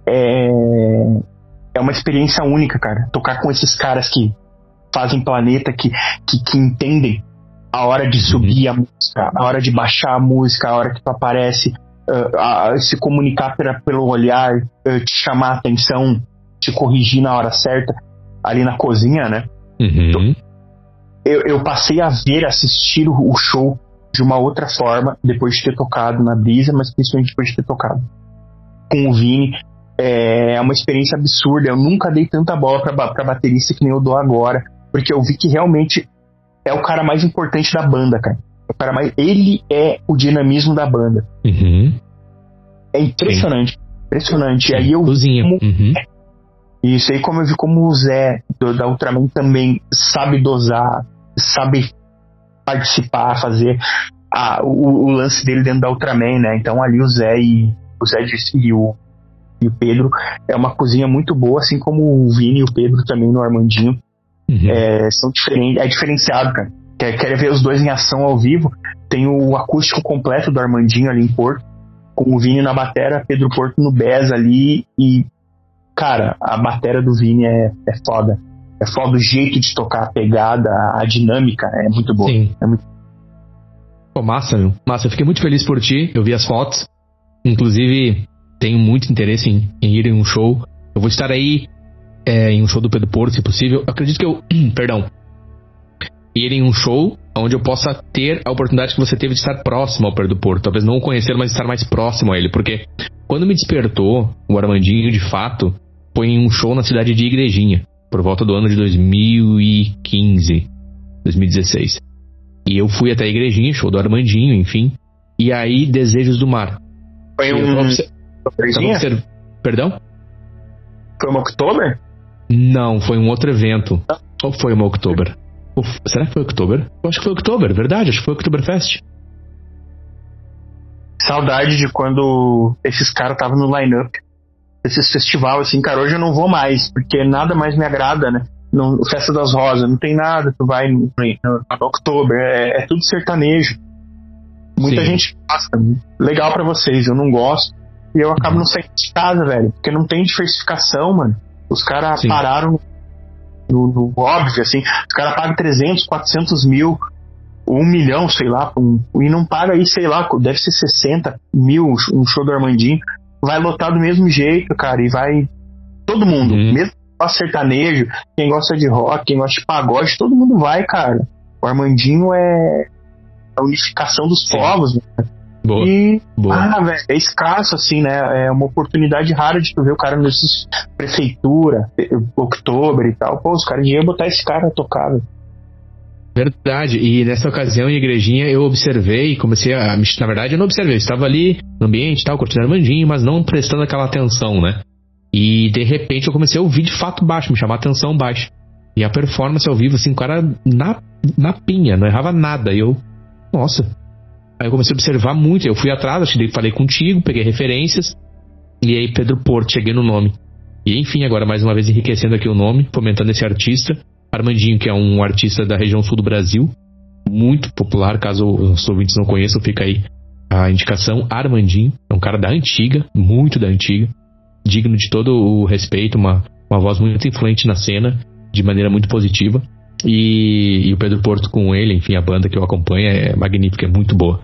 é uma experiência única, cara. Tocar com esses caras que fazem planeta, que entendem a hora de subir a música, a hora de baixar a música, a hora que tu aparece, se comunicar pelo olhar, te chamar a atenção, te corrigir na hora certa, ali na cozinha, né? Uhum. Eu passei a assistir o show de uma outra forma, depois de ter tocado na Brisa, mas principalmente depois de ter tocado com o Vini. É uma experiência absurda. Eu nunca dei tanta bola pra baterista que nem eu dou agora, porque eu vi que realmente é o cara mais importante da banda, cara. Ele é o dinamismo da banda. Uhum. É impressionante. Impressionante. Sim. E aí eu vi Isso aí, como eu vi como o Zé da Ultraman também sabe dosar, sabe participar, fazer o lance dele dentro da Ultraman, né? Então ali o Zé e o Pedro é uma cozinha muito boa, assim como o Vini e o Pedro também no Armandinho. Uhum. São diferentes, é diferenciado, cara. Quer ver os dois em ação ao vivo? Tem o acústico completo do Armandinho ali em Porto, com o Vini na batera, Pedro Porto no Bez ali, e cara, a batera do Vini é foda. É foda o jeito de tocar, a pegada, a dinâmica, é muito boa. Sim. É muito... Pô, massa, meu. Massa, eu fiquei muito feliz por ti, eu vi as fotos. Inclusive, tenho muito interesse em ir em um show. Eu vou estar aí em um show do Pedro Porto, se possível. Eu acredito que ir em um show onde eu possa ter a oportunidade que você teve de estar próximo ao Pedro Porto. Talvez não o conhecer, mas estar mais próximo a ele. Porque quando me despertou o Armandinho, de fato, foi em um show na cidade de Igrejinha, por volta do ano de 2015, 2016. E eu fui até a Igrejinha, show do Armandinho, enfim. E aí, Desejos do Mar. Foi Perdão? Foi uma Oktober? Não, foi um outro evento. Ou foi uma Oktober? Será que foi Oktober? Eu acho que foi Oktober, verdade, acho que foi Oktoberfest. Saudade de quando esses caras estavam no line-up desses festivais, assim, cara. Hoje eu não vou mais, porque nada mais me agrada, né? Festa das Rosas, não tem nada, tu vai no Oktober, é tudo sertanejo. Muita gente gosta, legal pra vocês, eu não gosto. E eu acabo não saindo de casa, velho, porque não tem diversificação, mano. Os caras pararam no óbvio, assim. Os caras pagam 300, 400 mil, 1 milhão, sei lá, e não paga aí, sei lá, deve ser 60 mil um show do Armandinho. Vai lotar do mesmo jeito, cara, e vai todo mundo, mesmo quem gosta de sertanejo, quem gosta de rock, quem gosta de pagode, todo mundo vai, cara. O Armandinho é a unificação dos povos, né? Boa. Velho, é escasso, assim, né? É uma oportunidade rara de tu ver o cara nesses prefeitura, Oktober e tal. Pô, os caras iam botar esse cara a tocar, velho. Verdade, e nessa ocasião em Igrejinha eu observei, comecei a... Na verdade eu não observei, eu estava ali no ambiente e tal, curtindo Armandinho, mas não prestando aquela atenção, né? E de repente eu comecei a ouvir de fato baixo, me chamar a atenção baixo. E a performance ao vivo, assim, o cara na pinha, não errava nada. E eu, nossa. Aí eu comecei a observar muito. Eu fui atrás, falei contigo, peguei referências. E aí, Pedro Porto, cheguei no nome. E enfim, agora mais uma vez enriquecendo aqui o nome, fomentando esse artista. Armandinho, que é um artista da região sul do Brasil, muito popular, caso os ouvintes não conheçam, fica aí a indicação. Armandinho, é um cara da antiga, muito da antiga, digno de todo o respeito, uma voz muito influente na cena, de maneira muito positiva. E o Pedro Porto com ele, enfim, a banda que eu acompanho é magnífica, é muito boa.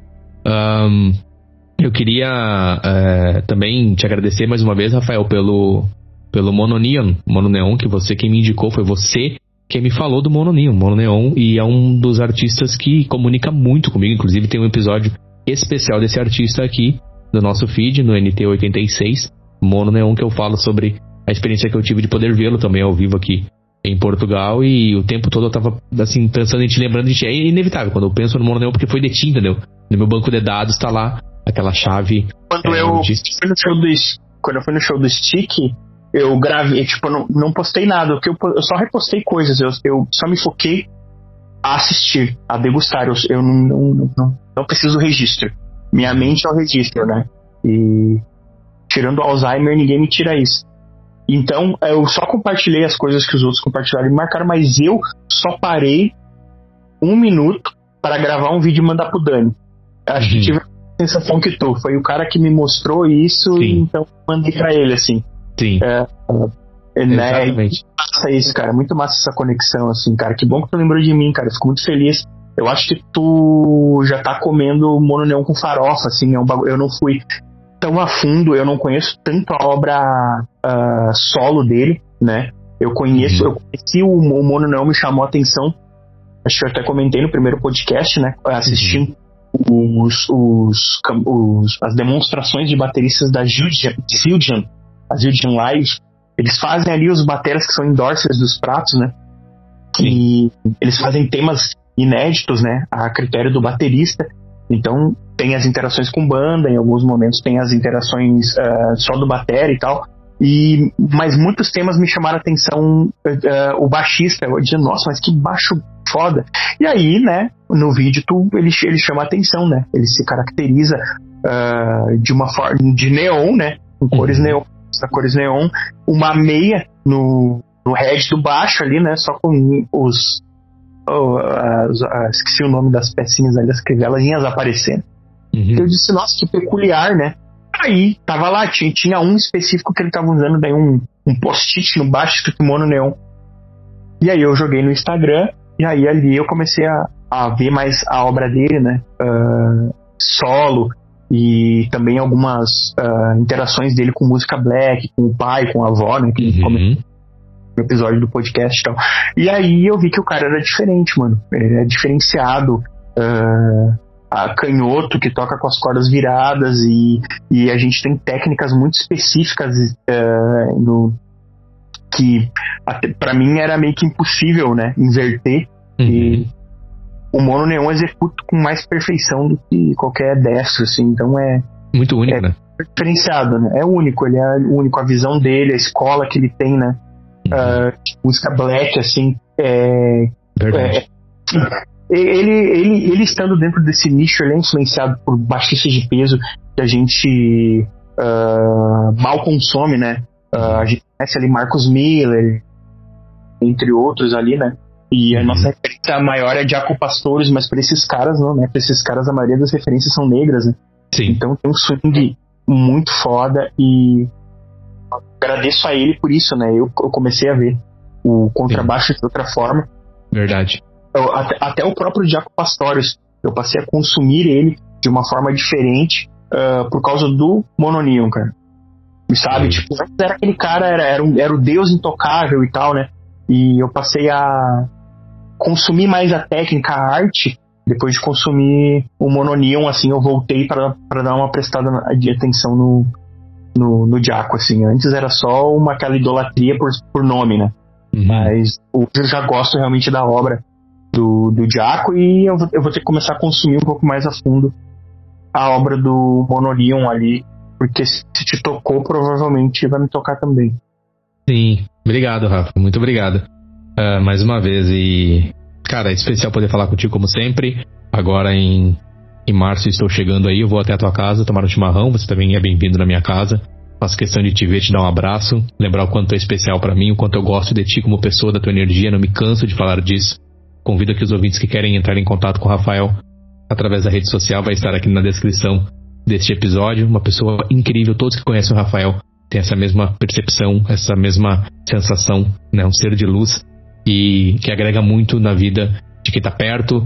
Eu queria também te agradecer mais uma vez, Rafael, pelo Mono Neon, que quem me indicou, foi você quem me falou do Mono Neon, e é um dos artistas que comunica muito comigo. Inclusive tem um episódio especial desse artista aqui no nosso feed, no NT86, Mono Neon, que eu falo sobre a experiência que eu tive de poder vê-lo também ao vivo aqui em Portugal, e o tempo todo eu tava assim, pensando em te, lembrando de ti. É inevitável quando eu penso no Mono Neon, porque foi de ti, entendeu? No meu banco de dados tá lá aquela chave. Quando eu fui no show do Stick, eu gravei, tipo, não postei nada, porque eu só repostei coisas, eu só me foquei a assistir, a degustar. Eu não preciso do registro. Minha mente é o registro, né? E tirando o Alzheimer, ninguém me tira isso. Então, eu só compartilhei as coisas que os outros compartilharam e me marcaram, mas eu só parei 1 minuto para gravar um vídeo e mandar pro Dani. Acho que tive a sensação que foi o cara que me mostrou isso. Sim. E então mandei pra ele, assim. Sim. Exatamente. Massa isso, cara. Muito massa essa conexão, assim, cara. Que bom que tu lembrou de mim, cara. Eu fico muito feliz. Eu acho que tu já tá comendo Mono Neon com farofa, assim. Eu não fui tão a fundo, eu não conheço tanto a obra solo dele, né? Eu conheci o Mono Neon, me chamou a atenção. Acho que eu até comentei no primeiro podcast, né? Assistindo as demonstrações de bateristas da Zildjian, a Zildjian Live. Eles fazem ali os bateras que são endorsers dos pratos, né? Sim. E eles fazem temas inéditos, né? A critério do baterista. Então tem as interações com banda, em alguns momentos tem as interações só do batera e tal. Mas muitos temas me chamaram a atenção. O baixista, eu disse, nossa, mas que baixo foda. E aí, né, no vídeo ele chama a atenção, né? Ele se caracteriza de uma forma de neon, né? Com cores neon, uma meia no head do baixo ali, né? Só com esqueci o nome das pecinhas ali, as crivelazinhas aparecendo. Eu disse, nossa, que peculiar, né? Aí, tava lá, tinha um específico que ele tava usando, daí um post-it no baixo escrito Mono Neon. E aí eu joguei no Instagram, e aí ali eu comecei a ver mais a obra dele, né? Solo, e também algumas interações dele com música black, com o pai, com a avó, né? Que no episódio do podcast e tal. E aí eu vi que o cara era diferente, mano. Ele é diferenciado, canhoto, que toca com as cordas viradas, e a gente tem técnicas muito específicas que pra mim era meio que impossível, né, inverter. E o Mono Neon executa com mais perfeição do que qualquer destro, assim. Então é muito único, né? Diferenciado, né? É único, ele é único, a visão dele, a escola que ele tem, né? Música black, assim, verdade. Ele estando dentro desse nicho, ele é influenciado por baixistas de peso que a gente mal consome, né? A gente conhece ali Marcus Miller, entre outros ali, né? E a nossa referência maior é Jaco Pastorius, mas para esses caras não, né? Para esses caras a maioria das referências são negras, né? Sim. Então tem um swing muito foda, e agradeço a ele por isso, né? Eu comecei a ver o contrabaixo de outra forma. Verdade. Até o próprio Jaco Pastorius, eu passei a consumir ele de uma forma diferente por causa do Mono Neon, cara. Sabe? Tipo, antes era aquele cara, era o deus intocável e tal, né? E eu passei a consumir mais a técnica, a arte, depois de consumir o Mono Neon, assim, eu voltei para dar uma prestada de atenção no Jaco, assim. Antes era só aquela idolatria por nome, né? Mas hoje eu já gosto realmente da obra do Jaco, e eu vou ter que começar a consumir um pouco mais a fundo a obra do Mono Neon ali, porque se te tocou, provavelmente vai me tocar também. Sim, obrigado, Rafa, muito obrigado. mais uma vez. E, cara, é especial poder falar contigo como sempre. Agora em março estou chegando aí, eu vou até a tua casa tomar um chimarrão. Você também é bem-vindo na minha casa. Faço questão de te ver, te dar um abraço, lembrar o quanto é especial pra mim, o quanto eu gosto de ti como pessoa, da tua energia. Não me canso de falar disso. Convido aqui os ouvintes que querem entrar em contato com o Rafael através da rede social, vai estar aqui na descrição deste episódio. Uma pessoa incrível, todos que conhecem o Rafael têm essa mesma percepção, essa mesma sensação, né? Um ser de luz e que agrega muito na vida de quem tá perto.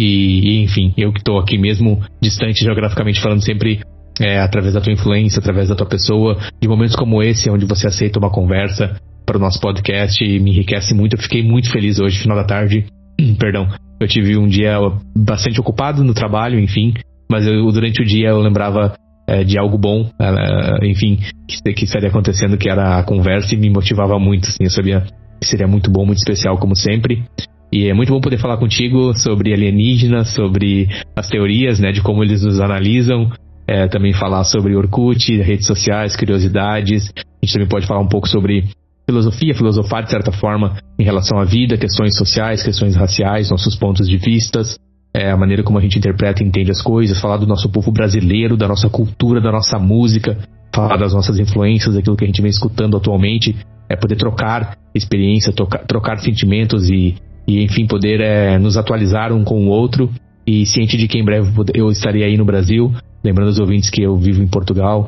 E enfim, eu que tô aqui mesmo distante geograficamente falando, sempre através da tua influência, através da tua pessoa, de momentos como esse, onde você aceita uma conversa para o nosso podcast, me enriquece muito. Eu fiquei muito feliz hoje, final da tarde. Perdão, eu tive um dia bastante ocupado no trabalho, enfim, mas durante o dia eu lembrava de algo bom, enfim, que estaria acontecendo, que era a conversa, e me motivava muito, assim. Eu sabia que seria muito bom, muito especial, como sempre. E é muito bom poder falar contigo sobre alienígenas, sobre as teorias, né, de como eles nos analisam, também falar sobre Orkut, redes sociais, curiosidades. A gente também pode falar um pouco sobre filosofar de certa forma em relação à vida, questões sociais, questões raciais, nossos pontos de vistas, a maneira como a gente interpreta e entende as coisas, falar do nosso povo brasileiro, da nossa cultura, da nossa música, falar das nossas influências, daquilo que a gente vem escutando atualmente, poder trocar experiência, trocar sentimentos e enfim, poder nos atualizar um com o outro, e ciente de que em breve eu estarei aí no Brasil, lembrando aos ouvintes que eu vivo em Portugal.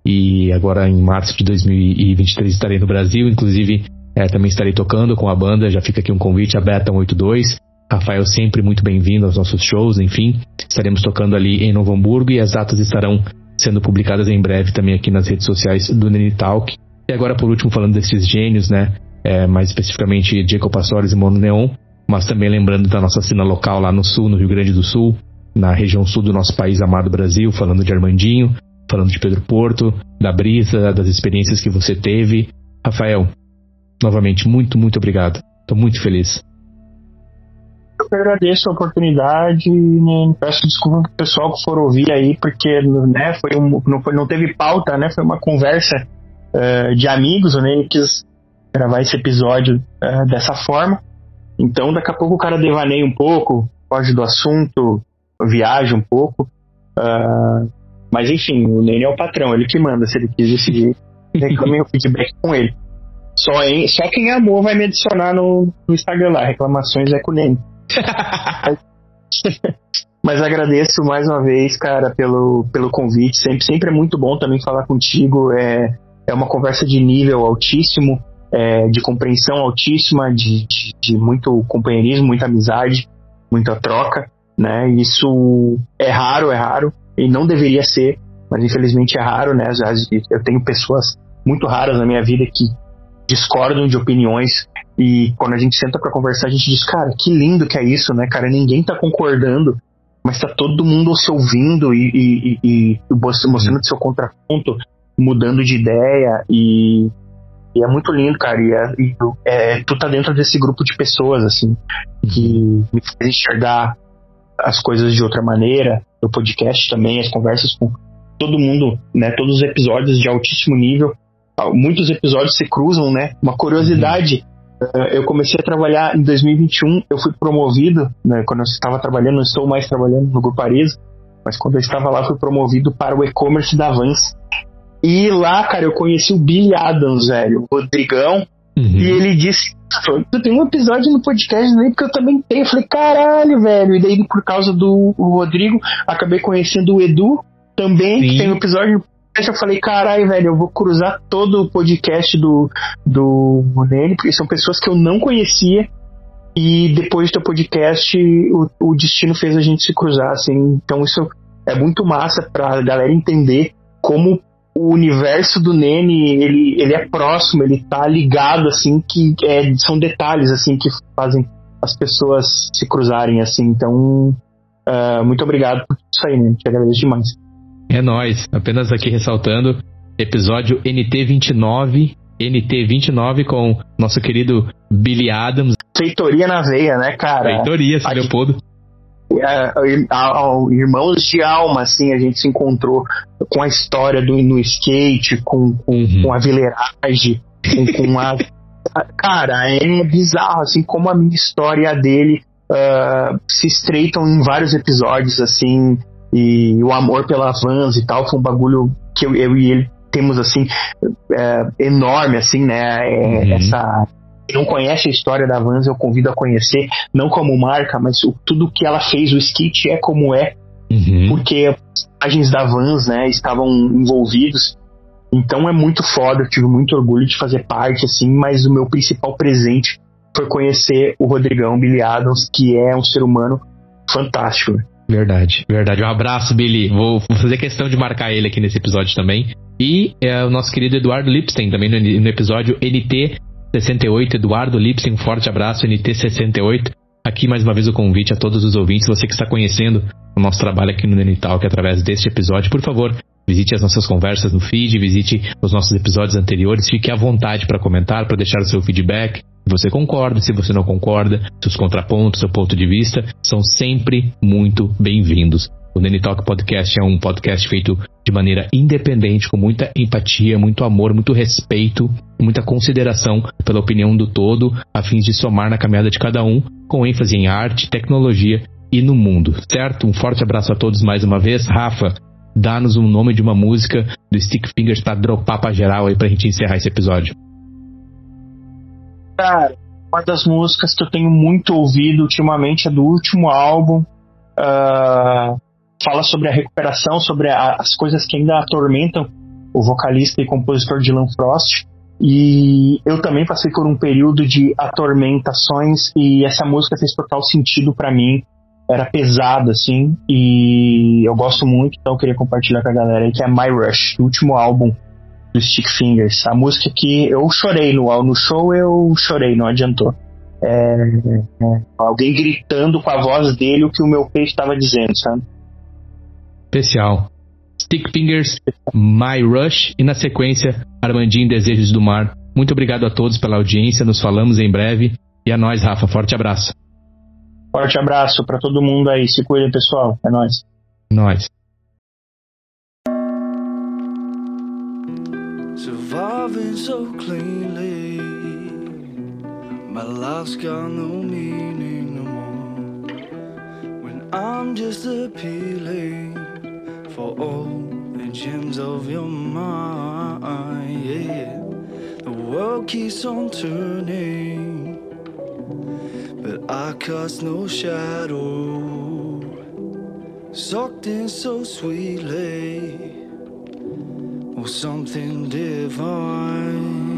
E agora em março de 2023 estarei no Brasil, inclusive também estarei tocando com a banda. Já fica aqui um convite, a Beta 182. Rafael sempre muito bem-vindo aos nossos shows, enfim. Estaremos tocando ali em Novo Hamburgo e as datas estarão sendo publicadas em breve também aqui nas redes sociais do Nene Talk. E agora por último falando desses gênios, né, mais especificamente Jacob Pastorius e Mono Neon, mas também lembrando da nossa cena local lá no sul, no Rio Grande do Sul, na região sul do nosso país amado Brasil, falando de Armandinho, falando de Pedro Porto, da Brisa, das experiências que você teve. Rafael, novamente, muito, muito obrigado. Estou muito feliz. Eu que agradeço a oportunidade, né? Peço desculpa pro pessoal que for ouvir aí, porque, né, não teve pauta, né? Foi uma conversa de amigos, né? Eu quis gravar esse episódio dessa forma. Então, daqui a pouco o cara devaneia um pouco, foge do assunto, viaja um pouco. Mas enfim, o Nene é o patrão, ele que manda. Se ele quis decidir, reclamei o feedback com ele. Só quem amou vai me adicionar no Instagram lá. Reclamações é com o Nene. Mas agradeço mais uma vez, cara, pelo convite. Sempre é muito bom também falar contigo. É uma conversa de nível altíssimo, de compreensão altíssima, de muito companheirismo, muita amizade, muita troca, né? Isso é raro. E não deveria ser, mas infelizmente é raro, né? Às vezes eu tenho pessoas muito raras na minha vida que discordam de opiniões, e quando a gente senta pra conversar, a gente diz, cara, que lindo que é isso, né, cara? Ninguém tá concordando, mas tá todo mundo se ouvindo e mostrando seu contraponto, mudando de ideia, e é muito lindo, cara. Tu tá dentro desse grupo de pessoas, assim, que me faz enxergar as coisas de outra maneira. O podcast também, as conversas com todo mundo, né? Todos os episódios de altíssimo nível. Muitos episódios se cruzam, né? Uma curiosidade, eu comecei a trabalhar em 2021, eu fui promovido, né? Quando eu estava trabalhando, não estou mais trabalhando no Grupo Arezzo, mas quando eu estava lá, fui promovido para o e-commerce da Vans. E lá, cara, eu conheci o Billy Adams, velho, o Rodrigão, e ele disse, tu tem um episódio no podcast, né, que eu também tenho. Eu falei, caralho, velho. E daí, por causa do Rodrigo, acabei conhecendo o Edu também, que tem um episódio no podcast. Eu falei, caralho, velho, eu vou cruzar todo o podcast do Nene, porque são pessoas que eu não conhecia, e depois do podcast o destino fez a gente se cruzar, assim. Então isso é muito massa pra galera entender como o universo do Nene, ele é próximo, ele tá ligado, assim, que são detalhes, assim, que fazem as pessoas se cruzarem, assim. Então, muito obrigado por isso aí, Nene, te agradeço demais. É nóis, apenas aqui ressaltando, episódio NT29 com nosso querido Billy Adams. Feitoria na veia, né, cara? Feitoria, se Leopoldo. Irmãos de alma, assim, a gente se encontrou com a história no skate, com a vileiragem, com Cara, é bizarro, assim, como a minha história e a dele se estreitam em vários episódios, assim, e o amor pela Vans e tal, foi um bagulho que eu e ele temos, assim, enorme, assim, né, essa... Quem não conhece a história da Vans, eu convido a conhecer, não como marca, mas tudo que ela fez, o skit é como é, porque as personagens da Vans, né, estavam envolvidos. Então é muito foda, eu tive muito orgulho de fazer parte, assim, mas o meu principal presente foi conhecer o Rodrigão Billy Adams, que é um ser humano fantástico. Verdade. Um abraço, Billy. Vou fazer questão de marcar ele aqui nesse episódio também. E o nosso querido Eduardo Lipstein, também no episódio NT68. Eduardo Lipstein, um forte abraço, NT68. Aqui mais uma vez o convite a todos os ouvintes, você que está conhecendo o nosso trabalho aqui no Nenitalk através deste episódio, por favor, visite as nossas conversas no feed, visite os nossos episódios anteriores, fique à vontade para comentar, para deixar o seu feedback, se você concorda, se você não concorda, seus contrapontos, seu ponto de vista, são sempre muito bem-vindos. O Nenitalk Podcast é um podcast feito de maneira independente, com muita empatia, muito amor, muito respeito, muita consideração pela opinião do todo, a fim de somar na caminhada de cada um, com ênfase em arte, tecnologia e no mundo, certo? Um forte abraço a todos mais uma vez. Rafa, dá-nos um nome de uma música do Stick Fingers pra dropar pra geral aí pra gente encerrar esse episódio. Cara, uma das músicas que eu tenho muito ouvido ultimamente é do último álbum. Fala sobre a recuperação, sobre as coisas que ainda atormentam o vocalista e compositor Dylan Frost. E eu também passei por um período de atormentações e essa música fez total sentido pra mim. Era pesado, assim, e eu gosto muito, então eu queria compartilhar com a galera aí, que é My Rush, o último álbum do Stick Fingers. A música que eu chorei no show, eu chorei, não adiantou. Alguém gritando com a voz dele o que o meu peito estava dizendo, sabe? Especial. Stick Fingers, My Rush, e na sequência, Armandinho Desejos do Mar. Muito obrigado a todos pela audiência, nos falamos em breve, e a nós, Rafa, forte abraço. Forte abraço pra todo mundo aí, se cuidem, pessoal, é nóis. Nóis. Surviving so cleanly, my life's got no meaning no more. When I'm just appealing for all the gems of your mind, yeah. The world keeps on turning, but I cast no shadow, sucked in so sweetly, or something divine.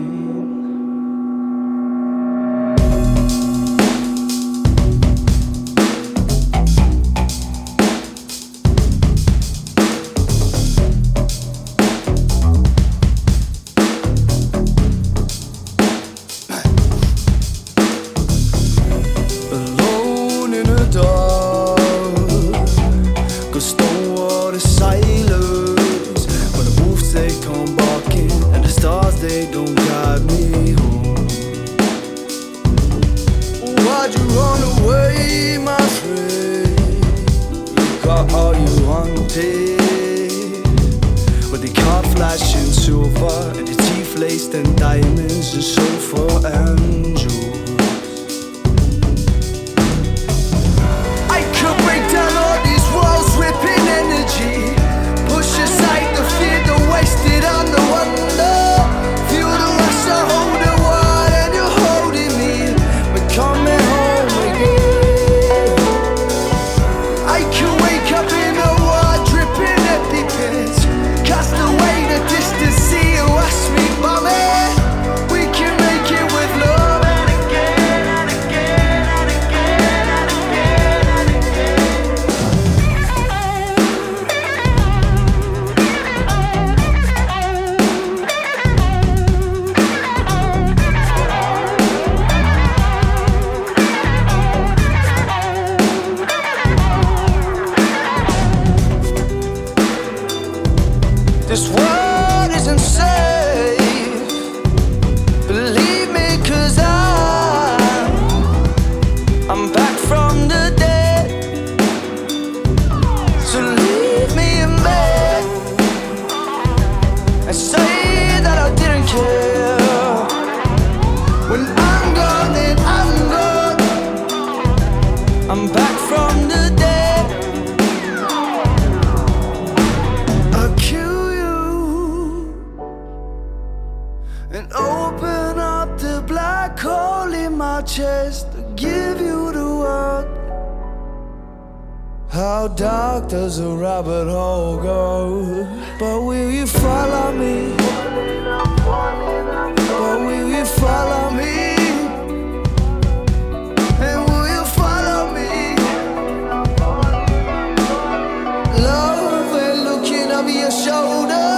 Distance, see you ask me, mommy. We can make it with love and again. and open up the black hole in my chest to give you the world. How dark does a rabbit hole go? But will you follow me? But will you follow me? And will you follow me? Love and looking over your shoulder.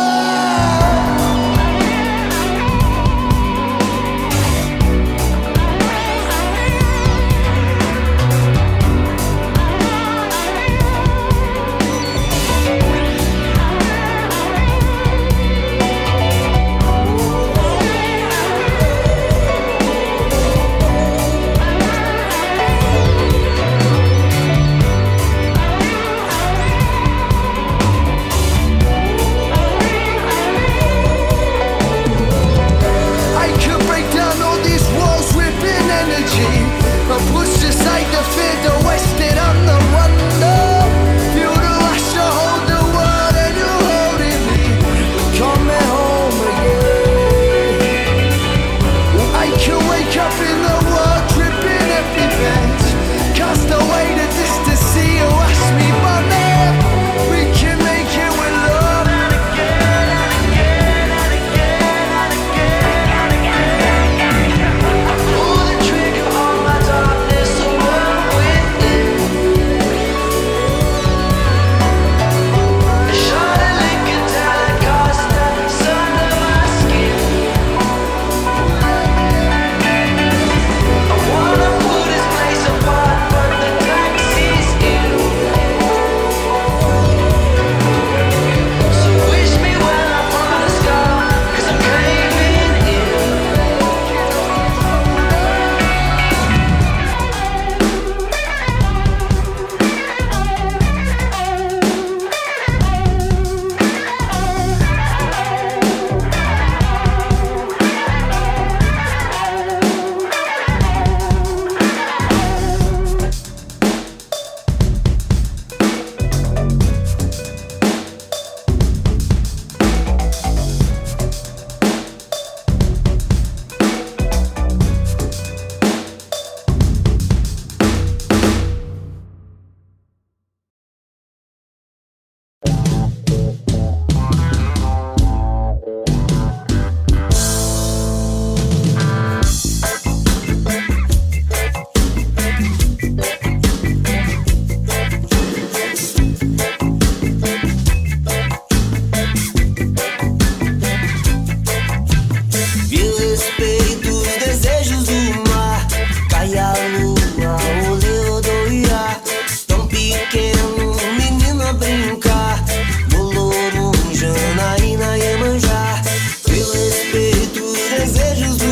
Push aside the fear, the wasted on the wonder. Feel the rush to hold the world and you're holding me. We're coming home again. I can wake up in the world dripping every bend. Cast away the distance, see you ask me my name. We can make it with love. And again, and again, and again, and again, and again. I pull the trigger on my darkness to work within. I shot a liquor down like constant under my skin. I wanna pull this place apart, but the taxi's in. So wish me well upon a scar, 'cause I'm caving in. Viu respeito os desejos do mar. Cai a lua, o leão do Iá. Tão pequeno, menino a brincar. Bolorunja, Janaína, Iemanjá. Viu respeito os desejos do